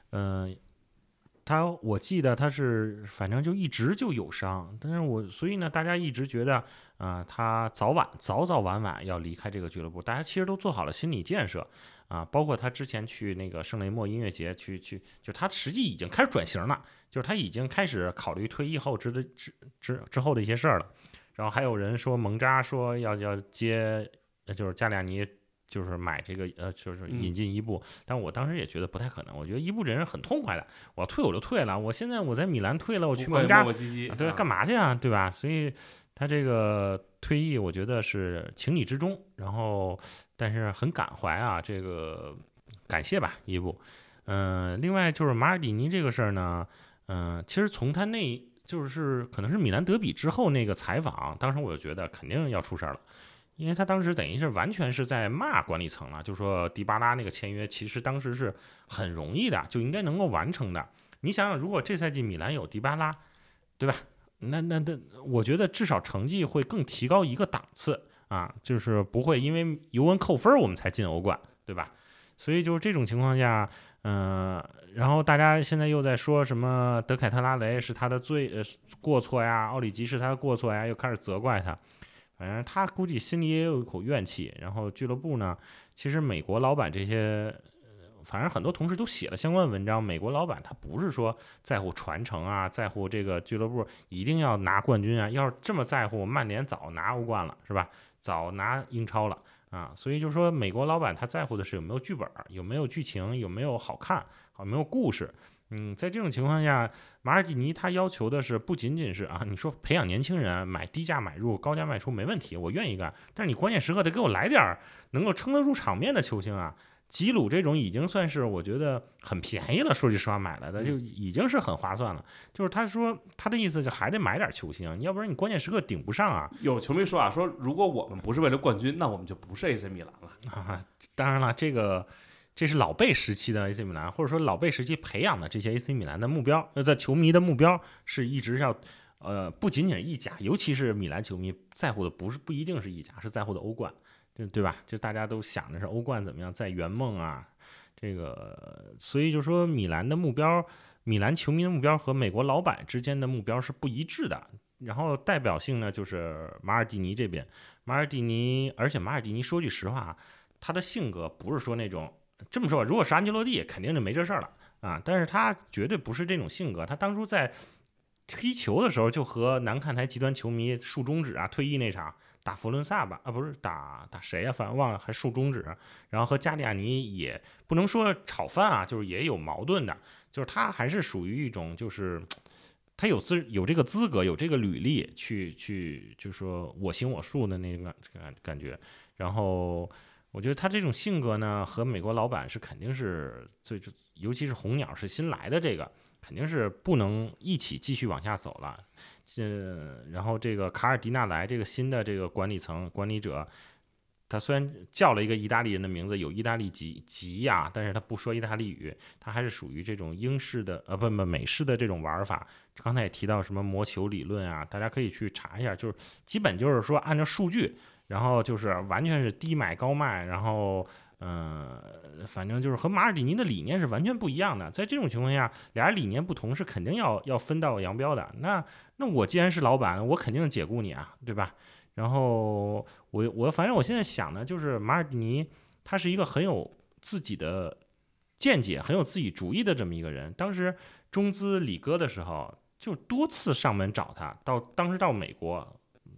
我记得他是反正就一直就有伤，但是所以呢，大家一直觉得他早晚要离开这个俱乐部，大家其实都做好了心理建设啊，包括他之前去那个圣雷莫音乐节就他实际已经开始转型了，就是他已经开始考虑退役后之后的一些事儿了。然后还有人说蒙扎说要接。就是加利亚尼，就是买这个就是引进伊布，但我当时也觉得不太可能。我觉得伊布这人很痛快的，我要退我就退了，我现在我在米兰退了，我去蒙扎，对，干嘛去啊？对吧？所以他这个退役，我觉得是情理之中。然后，但是很感怀啊，这个感谢吧，伊布。另外就是马尔蒂尼这个事儿呢，其实从他就是可能是米兰德比之后那个采访，当时我就觉得肯定要出事儿了。因为他当时等于是完全是在骂管理层了，就说迪巴拉那个签约其实当时是很容易的，就应该能够完成的。你想想，如果这赛季米兰有迪巴拉，对吧？那我觉得至少成绩会更提高一个档次啊，就是不会因为尤文扣分我们才进欧冠，对吧？所以就是这种情况下，然后大家现在又在说什么德凯特拉雷是他的过错呀，奥里吉是他的过错呀，又开始责怪他。反正他估计心里也有一口怨气，然后俱乐部呢，其实美国老板这些，反正很多同事都写了相关文章。美国老板他不是说在乎传承啊，在乎这个俱乐部一定要拿冠军啊，要是这么在乎，曼联早拿欧冠了，是吧？早拿英超了啊。所以就说美国老板他在乎的是有没有剧本，有没有剧情，有没有好看，有没有故事。在这种情况下，马尔蒂尼他要求的是不仅仅是你说培养年轻人，买低价买入，高价卖出没问题，我愿意干。但是你关键时刻得给我来点能够撑得住场面的球星啊。吉鲁这种已经算是我觉得很便宜了，说句实话买来的就已经是很划算了。就是他说他的意思就还得买点球星，要不然你关键时刻顶不上啊。 有球迷说说如果我们不是为了冠军，那我们就不是 AC 米兰了。 当然了，这是老贝时期的 AC 米兰，或者说老贝时期培养的这些 AC 米兰的目标，在球迷的目标是一直要，不仅仅是意甲，尤其是米兰球迷在乎的不一定是意甲，是在乎的欧冠，对吧？就大家都想的是欧冠怎么样再圆梦啊，这个，所以就说米兰的目标，米兰球迷的目标和美国老板之间的目标是不一致的。然后代表性呢就是马尔蒂尼这边，而且马尔蒂尼说句实话，他的性格不是说那种。这么说，如果是安切洛蒂，肯定就没这事儿了啊！但是他绝对不是这种性格。他当初在踢球的时候，就和南看台极端球迷竖中指啊，退役那场打佛伦萨吧，不是打谁啊？反正忘了，还竖中指。然后和加利亚尼也不能说吵翻啊，就是也有矛盾的。就是他还是属于一种，就是他有这个资格，有这个履历去，就说我行我素的那个感觉。然后。我觉得他这种性格呢，和美国老板是肯定是尤其是红鸟是新来的这个，肯定是不能一起继续往下走了。然后这个卡尔迪纳莱这个新的这个管理者，他虽然叫了一个意大利人的名字，有意大利籍呀，但是他不说意大利语，他还是属于这种英式的美式的这种玩法。刚才也提到什么魔球理论啊，大家可以去查一下，就是基本就是说按照数据。然后就是完全是低买高卖，然后反正就是和马尔蒂尼的理念是完全不一样的。在这种情况下，俩人理念不同是肯定要分道扬镳的。那我既然是老板，我肯定解雇你啊，对吧？然后我反正我现在想的就是马尔蒂尼他是一个很有自己的见解、很有自己主意的这么一个人。当时中资里哥的时候，就多次上门找他，当时到美国。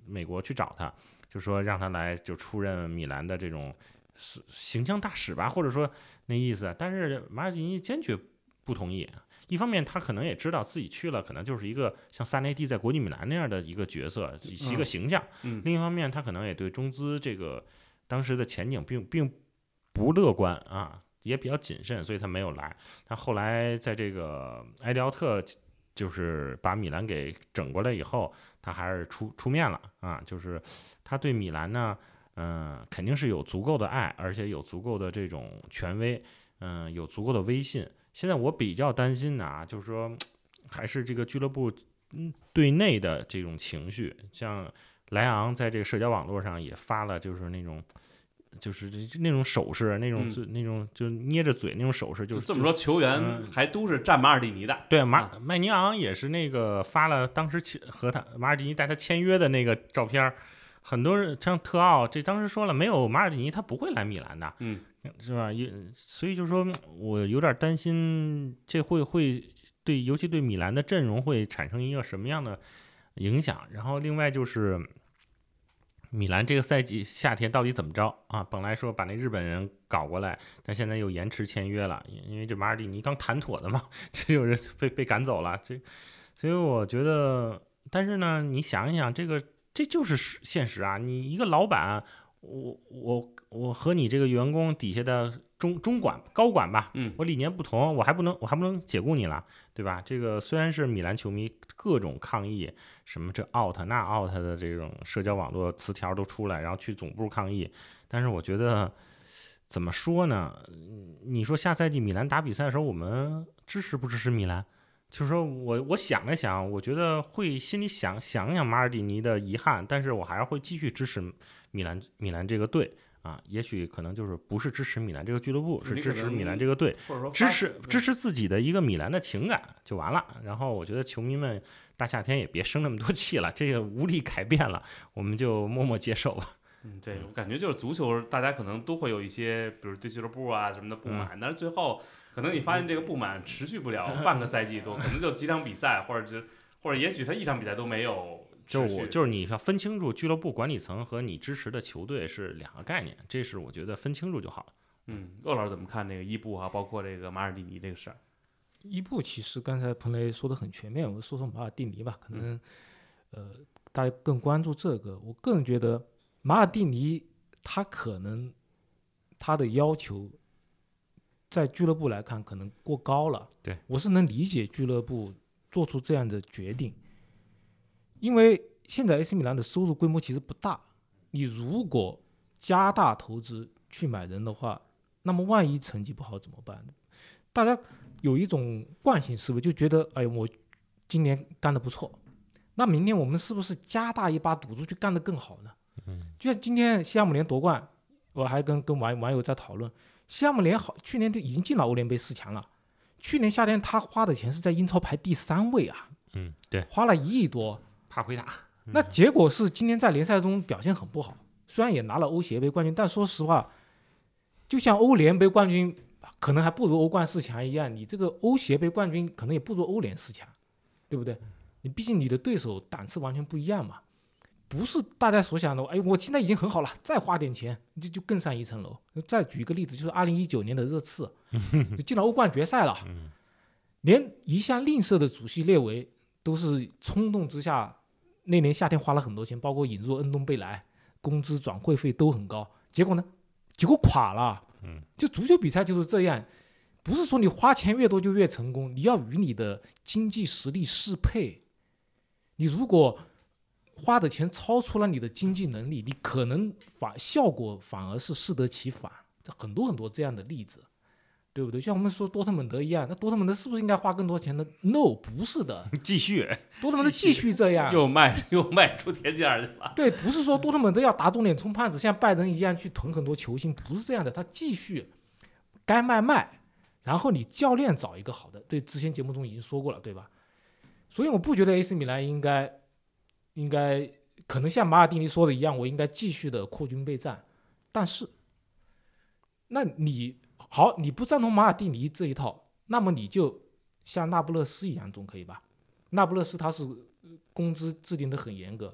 美国去找他，就说让他来就出任米兰的这种形象大使吧，或者说那意思。但是马尔蒂尼坚决不同意。一方面他可能也知道自己去了可能就是一个像萨内蒂在国际米兰那样的一个角色，一个形象。另一方面他可能也对中资这个当时的前景并不乐观啊，也比较谨慎，所以他没有来。但后来在这个埃利奥特就是把米兰给整过来以后，他还是出面了啊，就是他对米兰呢肯定是有足够的爱，而且有足够的这种权威，有足够的威信。现在我比较担心的啊，就是说还是这个俱乐部对内的这种情绪，像莱昂在这个社交网络上也发了，就是那种手势，那种就捏着嘴那种手势，就这么说，球员还都是站马尔蒂尼的。 对，麦尼昂也是那个发了当时和马尔蒂尼带他签约的那个照片。很多人像特奥，这当时说了，没有马尔蒂尼他不会来米兰的，是吧？所以就是说我有点担心，这会对，尤其对米兰的阵容会产生一个什么样的影响。然后另外就是米兰这个赛季夏天到底怎么着啊？本来说把那日本人搞过来，但现在又延迟签约了，因为这马尔蒂尼刚谈妥的嘛，这有人被赶走了，所以我觉得，但是呢，你想一想这就是现实啊！你一个老板，我和你这个员工底下的中管高管吧，我理念不同，我还不能解雇你了，对吧？这个虽然是米兰球迷各种抗议，什么这 out 那 out 的这种社交网络词条都出来，然后去总部抗议，但是我觉得怎么说呢？你说下赛季米兰打比赛的时候，我们支持不支持米兰？就是说我想了想，我觉得会心里想马尔蒂尼的遗憾，但是我还是会继续支持米兰这个队啊。也许可能就是不是支持米兰这个俱乐部，是支持米兰这个队，支持自己的一个米兰的情感就完了。然后我觉得球迷们大夏天也别生那么多气了，这个无力改变了，我们就默默接受吧。 对，我感觉就是足球，大家可能都会有一些，比如对俱乐部啊什么的不满，但是最后可能你发现这个不满持续不了半个赛季多，可能就几场比赛，或者也许他一场比赛都没有。 就是你要分清楚俱乐部管理层和你支持的球队是两个概念，这是我觉得分清楚就好了。 鄂老师怎么看这个伊布啊，包括这个马尔蒂尼这个事儿？ 伊布其实刚才彭雷说的很全面，我说马尔蒂尼吧，可能大家更关注这个。我个人觉得马尔蒂尼他可能他的要求在俱乐部来看可能过高了， 对， 我是能理解俱乐部做出这样的决定，因为现在 AC 米兰的收入规模其实不大，你如果加大投资去买人的话，那么万一成绩不好怎么办呢？大家有一种惯性思维，就觉得哎，我今年干得不错，那明年我们是不是加大一把赌注去干得更好呢？就像今天西汉姆联夺冠，我还跟网友在讨论，西汉姆联去年都已经进了欧联杯4强了，去年夏天他花的钱是在英超排第3位啊， 对， 花了1亿多， 帕奎塔。 那结果是今天在联赛中表现很不好，虽然也拿了欧协杯冠军，但说实话，就像欧联杯冠军可能还不如欧冠4强一样，你这个欧协杯冠军可能也不如欧联4强，对不对？你毕竟你的对手档次完全不一样嘛，不是大家所想的，哎，我现在已经很好了，再花点钱就更上一层楼。再举一个例子，就是2019年的热刺，就进了欧冠决赛了，连一向吝啬的主席列维都是冲动之下，那年夏天花了很多钱，包括引入恩东贝莱，工资转会费都很高，结果呢？结果垮了。就足球比赛就是这样，不是说你花钱越多就越成功，你要与你的经济实力适配。你如果花的钱超出了你的经济能力，你可能效果反而是适得其反。这很多这样的例子，对不对？像我们说多特蒙德一样，那多特蒙德是不是应该花更多钱呢 ？No， 不是的， 继续， 多特蒙德继续这样， 又卖出天价去了。 对，不是说多特蒙德要打肿脸充胖子，像拜仁一样去囤很多球星，不是这样的，他继续该卖，然后你教练找一个好的。对，之前节目中已经说过了，对吧？所以我不觉得 AC 米兰应该可能像马尔蒂尼说的一样，我应该继续的扩军备战。但是，那你不赞同马尔蒂尼这一套，那么你就像那不勒斯一样总可以吧？那不勒斯他是工资制定的很严格，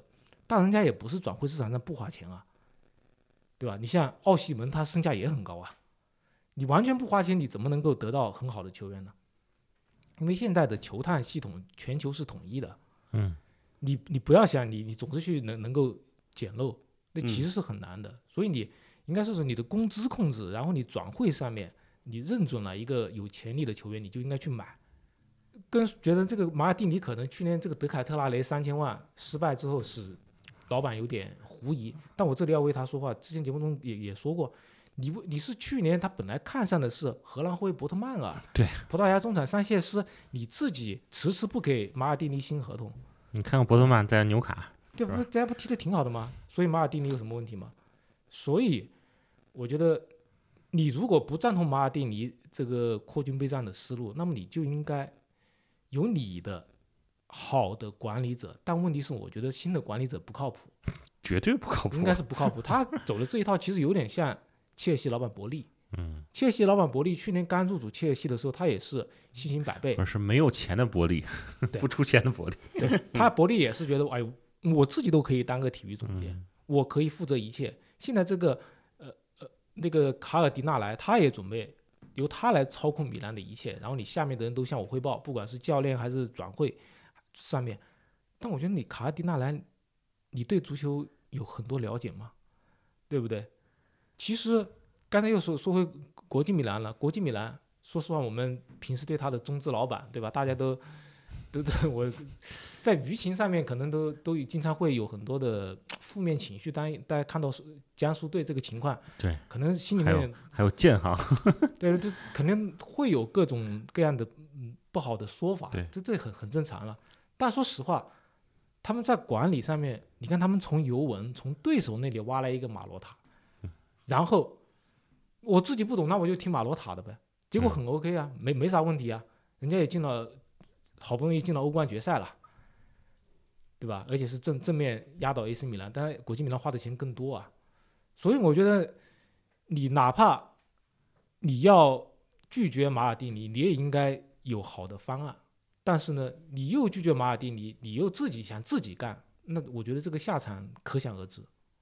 但人家也不是转会市场上不花钱啊，对吧？你像奥西蒙，他身价也很高啊，你完全不花钱，你怎么能够得到很好的球员呢？因为现在的球探系统全球是统一的，你不要想你总是去能够捡漏，那其实是很难的。所以你应该是你的工资控制，然后你转会上面你认准了一个有潜力的球员，你就应该去买。跟觉得这个马尔蒂尼可能去年这个德凯特拉雷3000万失败之后使老板有点狐疑，但我这里要为他说话。之前节目中也说过，你是去年他本来看上的是荷兰后卫伯特曼啊， 对， 葡萄牙中场桑谢斯，你自己迟迟不给马尔蒂尼新合同。 你看看伯特曼在纽卡， 对，不是这不踢得挺好的吗？所以马尔蒂尼有什么问题吗？所以我觉得你如果不赞同马尔蒂尼这个扩军备战的思路，那么你就应该有你的好的管理者。但问题是，我觉得新的管理者不靠谱， 绝对不靠谱， 应该是不靠谱。他走的这一套其实有点像切尔西老板伯利。切尔西老板伯利去年刚入主切尔西的时候，他也是信心百倍， 而是没有钱的伯利，不出钱的伯利。 对，他伯利也是觉得，哎，我自己都可以当个体育总监，我可以负责一切。现在这个那个卡尔迪纳莱，他也准备由他来操控米兰的一切，然后你下面的人都向我汇报，不管是教练还是转会上面。但我觉得你卡尔迪纳莱，你对足球有很多了解吗？对不对？其实刚才又说回国际米兰了，国际米兰，说实话，我们平时对他的中资老板，对吧？大家都我在舆情上面可能都经常会有很多的负面情绪。大家看到江苏队这个情况， 对， 可能心里面还有建行， 对，这肯定会有各种各样的不好的说法， 对， 这很正常了。但说实话，他们在管理上面，你看他们从尤文从对手那里挖来一个马罗塔，然后我自己不懂，那我就听马罗塔的呗，结果很 OK 啊，没啥问题啊，人家也好不容易进了欧冠决赛了，对吧？而且是正面压倒 AC 米兰，当然国际米兰花的钱更多啊。所以我觉得你哪怕你要拒绝马尔蒂尼，你也应该有好的方案。但是呢，你又拒绝马尔蒂尼，你又自己想自己干，那我觉得这个下场可想而知。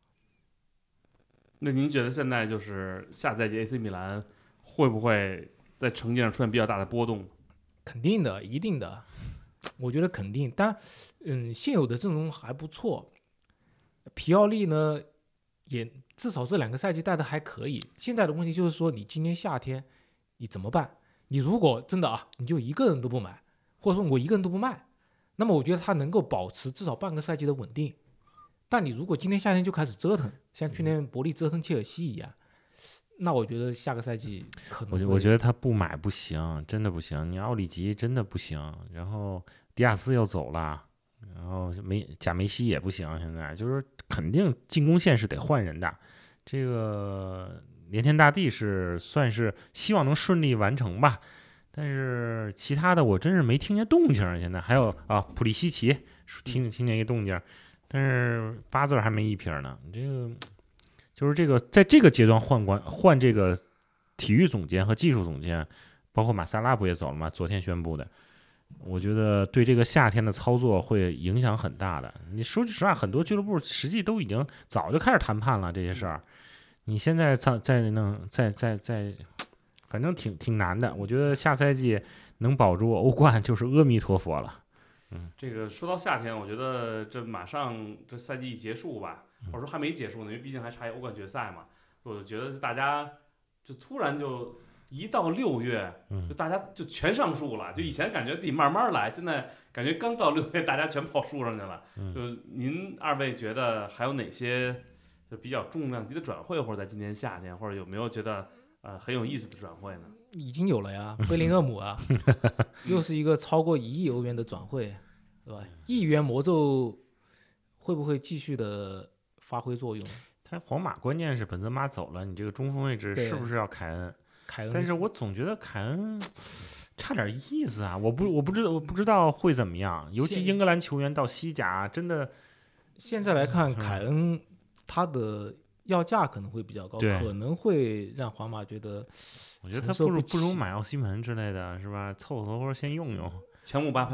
那您觉得现在就是下赛季 AC 米兰会不会在成绩上出现比较大的波动？ 肯定的，一定的，我觉得肯定。但现有的阵容还不错，皮奥利呢也至少这2个赛季带的还可以。现在的问题就是说，你今年夏天你怎么办？你如果真的你就一个人都不买，或者说我一个人都不卖，那么我觉得他能够保持至少半个赛季的稳定。但你如果今年夏天就开始折腾，像去年伯利折腾切尔西一样，那我觉得下个赛季可能我觉得他不买不行，真的不行。你奥里吉真的不行，然后迪亚斯要走了，然后贾梅西也不行，现在就是肯定进攻线是得换人的。这个连天大地是算是希望能顺利完成吧，但是其他的我真是没听见动静。现在还有普利西奇听见一动静，但是8字还没一撇呢。这个就是这个，在这个阶段换这个体育总监和技术总监，包括马萨拉不也走了吗？昨天宣布的，我觉得对这个夏天的操作会影响很大的。你说句实话，很多俱乐部实际都已经早就开始谈判了这些事儿，你现在再弄，反正挺难的。我觉得下赛季能保住欧冠就是阿弥陀佛了。 这个说到夏天，我觉得这马上这赛季一结束吧，或者说还没结束呢，因为毕竟还差一欧冠决赛嘛。我就觉得大家就突然就一到6月，就大家就全上树了。就以前感觉得慢慢来，现在感觉刚到6月，大家全跑树上去了。就您2位觉得还有哪些就比较重量级的转会，或者在今年夏天，或者有没有觉得很有意思的转会呢？ 已经有了呀，贝林厄姆啊，又是一个超过1亿欧元的转会，对吧？1亿元魔咒会不会继续的发挥作用？ 他皇马关键是本泽马走了，你这个中锋位置是不是要凯恩？但是我总觉得凯恩差点意思啊，我不知道会怎么样，尤其英格兰球员到西甲真的。 现在来看，凯恩他的要价可能会比较高，可能会让皇马觉得， 我觉得他不如买奥西门之类的，是吧？凑合凑合先用用。 强姆巴佩嘛，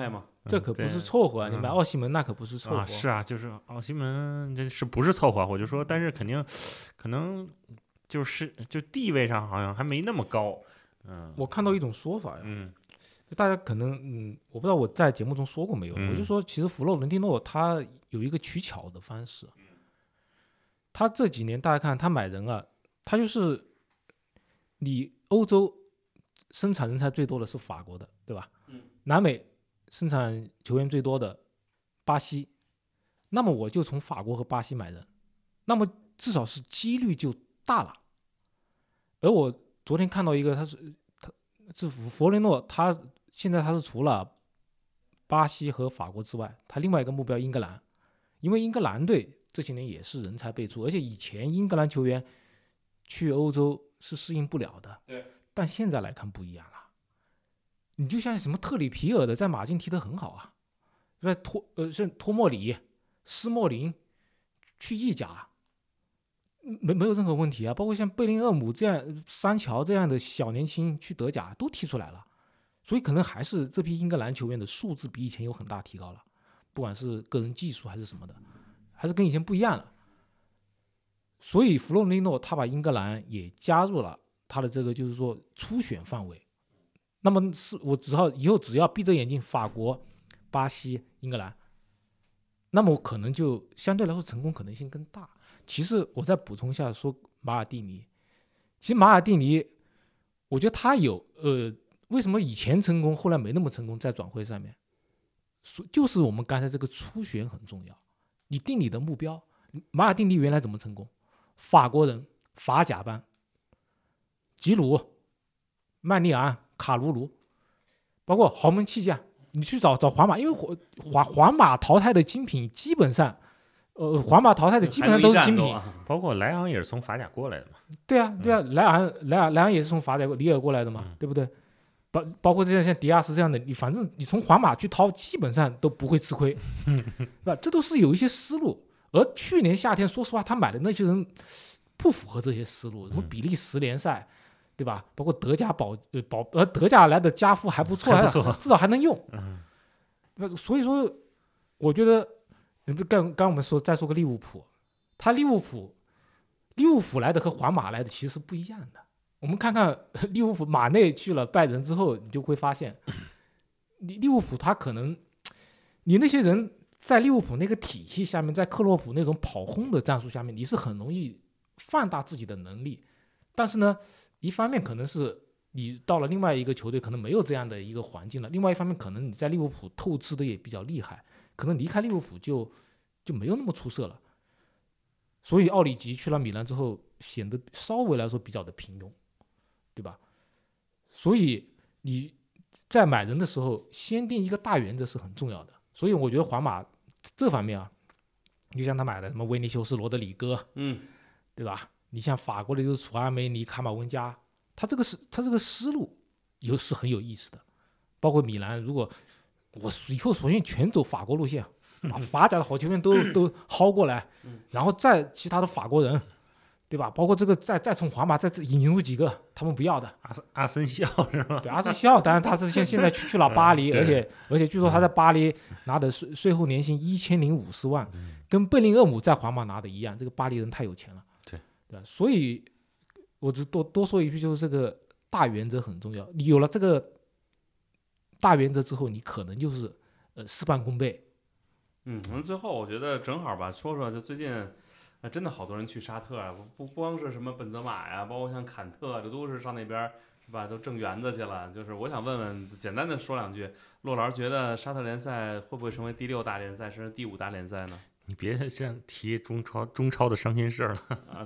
这可不是凑合啊！你买奥西门那可不是凑合。 是啊，就是奥西门这是不是凑合？我就说，但是肯定可能就地位上好像还没那么高。 我看到一种说法呀，大家可能我不知道我在节目中说过没有，我就说其实弗洛伦蒂诺他有一个取巧的方式，他这几年大家看他买人啊，他就是你欧洲生产人才最多的是法国的，对吧？南美生产球员最多的巴西，那么我就从法国和巴西买人，那么至少是几率就大了。而我昨天看到一个，他是弗洛伦蒂诺，他现在他是除了巴西和法国之外，他另外一个目标英格兰，因为英格兰队这些年也是人才辈出，而且以前英格兰球员去欧洲是适应不了的， 对， 但现在来看不一样了。你就像什么特里皮尔的在马竞踢得很好啊，是托莫里、斯莫林去意甲没有任何问题啊，包括像贝林厄姆这样、桑乔这样的小年轻去德甲都踢出来了，所以可能还是这批英格兰球员的素质比以前有很大提高了，不管是个人技术还是什么的，还是跟以前不一样了。所以弗洛伦蒂诺他把英格兰也加入了他的这个就是说初选范围。那么我以后只要闭着眼睛法国、巴西、英格兰，那么我可能就相对来说成功可能性更大。其实我再补充一下说马尔蒂尼，其实马尔蒂尼我觉得他有为什么以前成功后来没那么成功，在转会上面就是我们刚才这个初选很重要，你定你的目标。马尔蒂尼原来怎么成功？法国人，法甲班，吉鲁、曼利昂、卡卢卢，包括豪门弃将，你去找皇马，因为皇马淘汰的精品基本上，皇马淘汰的基本上都是精品， 包括莱昂也是从法甲过来的嘛。 对啊，莱昂也是从法甲里尔过来的嘛，对不对？包括像迪亚斯这样的，反正你从皇马去掏，基本上都不会吃亏，是吧？这都是有一些思路。而去年夏天，说实话，他买的那些人不符合这些思路，什么比利时联赛。对吧？包括德甲德甲来的加夫还不错，至少还能用。所以说，我觉得刚我们再说个利物浦，他利物浦来的和皇马来的其实不一样的。我们看看利物浦马内去了拜仁之后，你就会发现，利物浦他可能你那些人在利物浦那个体系下面，在克洛普那种跑轰的战术下面，你是很容易放大自己的能力，但是呢。一方面可能是你到了另外一个球队可能没有这样的一个环境了，另外一方面可能你在利物浦透支的也比较厉害，可能离开利物浦就没有那么出色了。所以奥里吉去了米兰之后显得稍微来说比较的平庸，对吧？所以你在买人的时候先定一个大原则是很重要的。所以我觉得皇马这方面啊，就像他买的什么维尼修斯、罗德里戈，对吧？你像法国的就是楚阿梅尼、卡马温加，他这个思路是很有意思的。包括米兰，如果我以后索性全走法国路线，把法甲的好球员都薅过来，然后再其他的法国人，对吧？包括这个再从皇马再引入几个他们不要的， 阿森西奥是吧？ 对，阿森西奥，当然他是现在去了巴黎，而且据说他在巴黎拿的税后年薪1050万，跟贝林厄姆在皇马拿的一样。这个巴黎人太有钱了。对吧？所以我只多说一句，就是这个大原则很重要。你有了这个大原则之后，你可能就是事半功倍。 最后我觉得正好吧，说就最近真的好多人去沙特啊，不光是什么本泽马呀，包括像坎特，这都是上那边是吧，都挣园子去了。就是我想问问，简单的说两句，骆老师觉得沙特联赛会不会成为第6大联赛，甚至第5大联赛呢？ 你别这样提中超的伤心事了啊！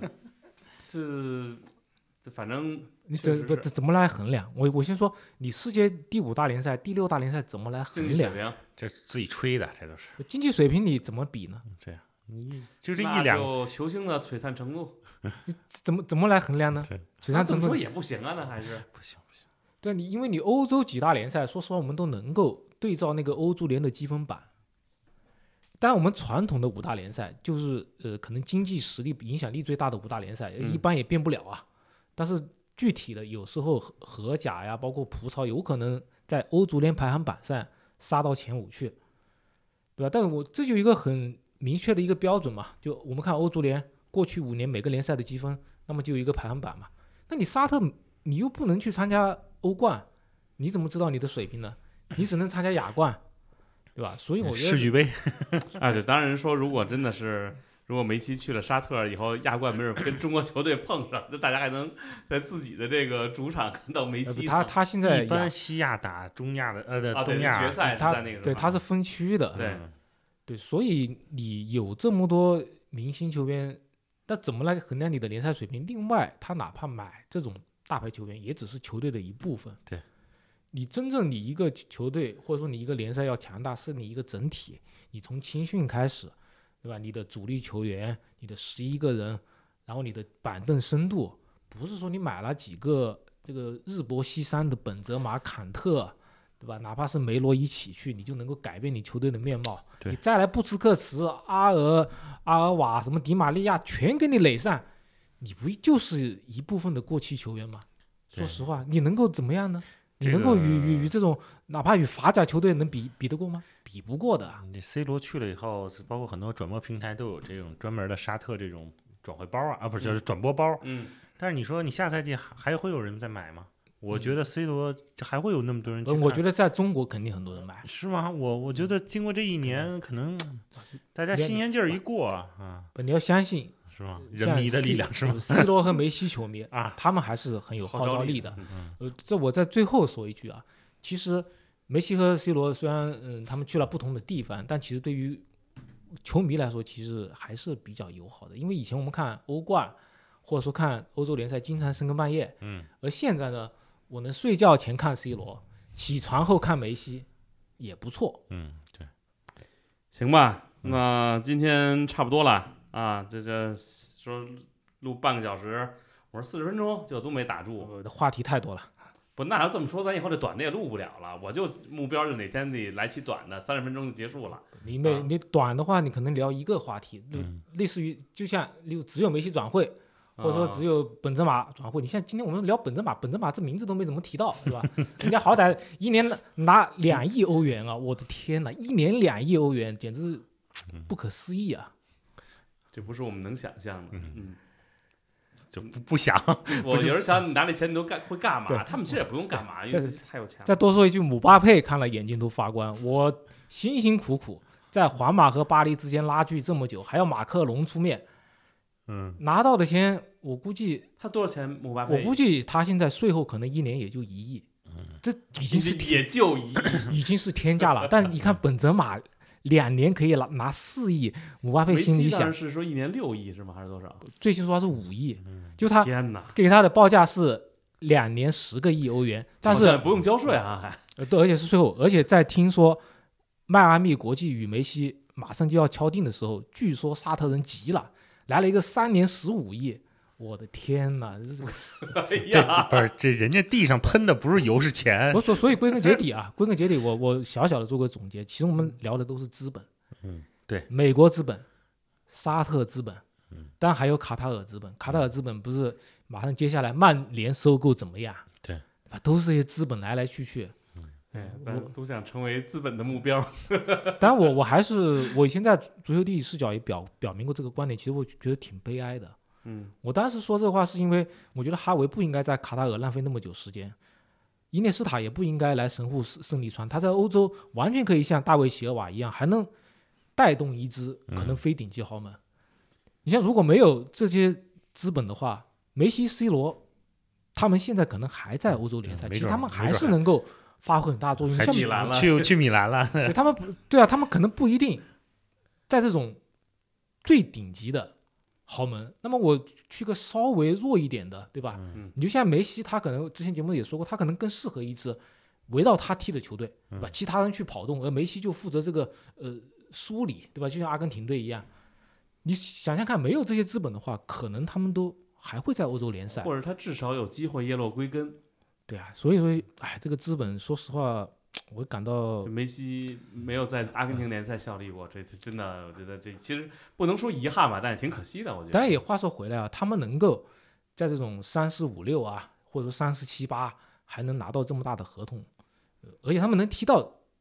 这反正你这怎么来衡量？我先说，你世界第5大联赛、第6大联赛怎么来衡量？ 这自己吹的，这都是经济水平，你怎么比呢？ 这样，你就这一两就球星的璀璨程度， 你怎么来衡量呢？璀璨程度说也不行啊，那还是不行。 对，因为你欧洲几大联赛，说实话，我们都能够对照那个欧足联的积分榜。当然，我们传统的5大联赛就是可能经济实力影响力最大的5大联赛，一般也变不了啊。但是具体的有时候荷甲呀，包括葡超，有可能在欧足联排行榜上杀到前5去，对吧？但是我这就有一个很明确的一个标准嘛，就我们看欧足联过去5年每个联赛的积分，那么就有一个排行榜嘛。那你沙特你又不能去参加欧冠，你怎么知道你的水平呢？你只能参加亚冠，对吧？所以我觉得世俱杯， 对，当然说如果真的是。如果梅西去了沙特以后，亚冠没准跟中国球队碰上，那大家还能在自己的这个主场看到梅西。 他现在一般西亚打中亚的东亚决赛是在那个对，他是分区的，对，所以你有这么多明星球员，那怎么来衡量你的联赛水平？另外，他哪怕买这种大牌球员，也只是球队的一部分。 对， 你真正你一个球队或者说你一个联赛要强大，是你一个整体，你从青训开始。对吧？你的主力球员，你的11个人，然后你的板凳深度，不是说你买了几个这个日薄西山的本泽马、坎特，对吧？哪怕是梅罗一起去，你就能够改变你球队的面貌。你再来布斯克茨、阿尔瓦、什么迪玛利亚，全给你垒上，你不就是一部分的过气球员吗？说实话，你能够怎么样呢？你能够与这种哪怕与法甲球队能比得过吗？比不过的。 你 C 罗去了以后，包括很多转播平台都有这种专门的沙特这种转会包不是就是转播包。但是你说你下赛季还会有人在买吗？我觉得 C 罗还会有那么多人去看。 我觉得在中国肯定很多人买。 是吗？我觉得经过这1年，可能大家新鲜劲儿一过啊。 你要相信。 是吗？人迷的力量是吗 ？C 罗和梅西球迷他们还是很有号召力的。这我在最后说一句啊，其实梅西和 C 罗虽然他们去了不同的地方，但其实对于球迷来说，其实还是比较友好的。因为以前我们看欧冠或者说看欧洲联赛，经常深更半夜。而现在呢，我能睡觉前看 C 罗，起床后看梅西，也不错。 对， 行吧，那今天差不多了。这说录半个小时，我说40分钟就都没打住， 话题太多了。 不，那要这么说，咱以后这短的也录不了了。我就目标是哪天得来期短的，30分钟就结束了。 你短的话，你可能聊一个话题，类似于就像只有梅西转会，或者说只有本泽马转会。你像今天我们聊本泽马这名字都没怎么提到，是吧？人家好歹1年拿2亿欧元啊！我的天哪，1年2亿欧元，简直不可思议啊！ 这不是我们能想象的， 就不想。 我有时候想，你拿那钱你都会干嘛？他们其实也不用干嘛，因为太有钱了。 再多说一句，姆巴佩看了眼睛都发光。我辛辛苦苦在皇马和巴黎之间拉锯这么久，还要马克龙出面，拿到的钱，我估计他多少钱？姆巴佩？ 我估计他现在税后可能1年也就1亿，这已经是也就1亿， 已经是天价了。但你看本泽马。2年可以拿4亿，姆巴佩心里想是说1年6亿是吗？还是多少？ 最新说是5亿，就他天哪， 给他的报价是2年10个亿欧元，但是不用交税啊，还对，而且是税后，而且在听说迈阿密国际与梅西马上就要敲定的时候，据说沙特人急了，来了一个3年15亿。我的天哪！ 这人家地上喷的不是油是钱。 所以归根结底啊，我小小的做个总结。其实我们聊的都是资本， 对， 美国资本、沙特资本，当然还有卡塔尔资本。卡塔尔资本不是马上接下来曼联收购怎么样？ 对， 都是这些资本来去。 我都想成为资本的目标。 当然我以前在足球第一视角也表明过这个观点，其实我觉得挺悲哀的。我当时说这话是因为我觉得哈维不应该在卡塔尔浪费那么久时间，伊涅斯塔也不应该来神户胜利船，他在欧洲完全可以像大卫席尔瓦一样，还能带动一支可能非顶级豪门。你像如果没有这些资本的话，梅西、C 罗他们现在可能还在欧洲联赛，其实他们还是能够发挥很大作用。 像米兰了，去米兰了， 他们可能不一定在这种最顶级的豪门，那么我去个稍微弱一点的，对吧？你就像梅西，他可能之前节目也说过，他可能更适合一支围绕他踢的球队，对吧？其他人去跑动，而梅西就负责这个梳理，对吧？就像阿根廷队一样。你想想看，没有这些资本的话，可能他们都还会在欧洲联赛， 或者他至少有机会叶落归根。 对啊，所以说，这个资本，说实话，我感到梅西没有在阿根廷联赛效力过，这真的，我觉得这其实不能说遗憾吧，但也挺可惜的。我觉得。 当然也话说回来啊，他们能够在这种3、4、5、6啊，或者说3、4、7、8还能拿到这么大的合同，而且他们能踢到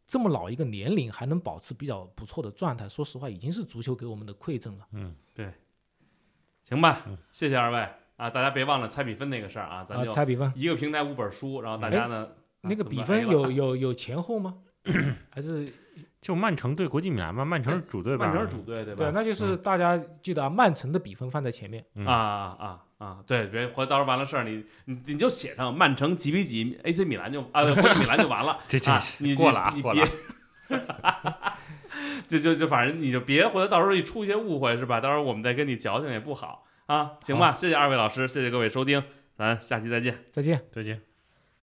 这么老一个年龄还能保持比较不错的状态，说实话已经是足球给我们的馈赠了。 对，行吧，谢谢二位啊！大家别忘了猜比分那个事儿啊，咱就猜比分， 一个平台5本书，然后大家呢， 那个比分有前后吗？还是就曼城对国际米兰吧？曼城是主队吧？ 曼城是主队对吧？ 对，那就是大家记得啊，曼城的比分放在前面对，别回到时候完了事儿，你就写上曼城几比几 AC 米兰就国际米兰就完了， 这你过了过了。 就反正你就别回头到时候一出一些误会是吧？到时候我们再跟你矫情也不好啊，行吧？谢谢二位老师，谢谢各位收听，咱下期再见， 再见。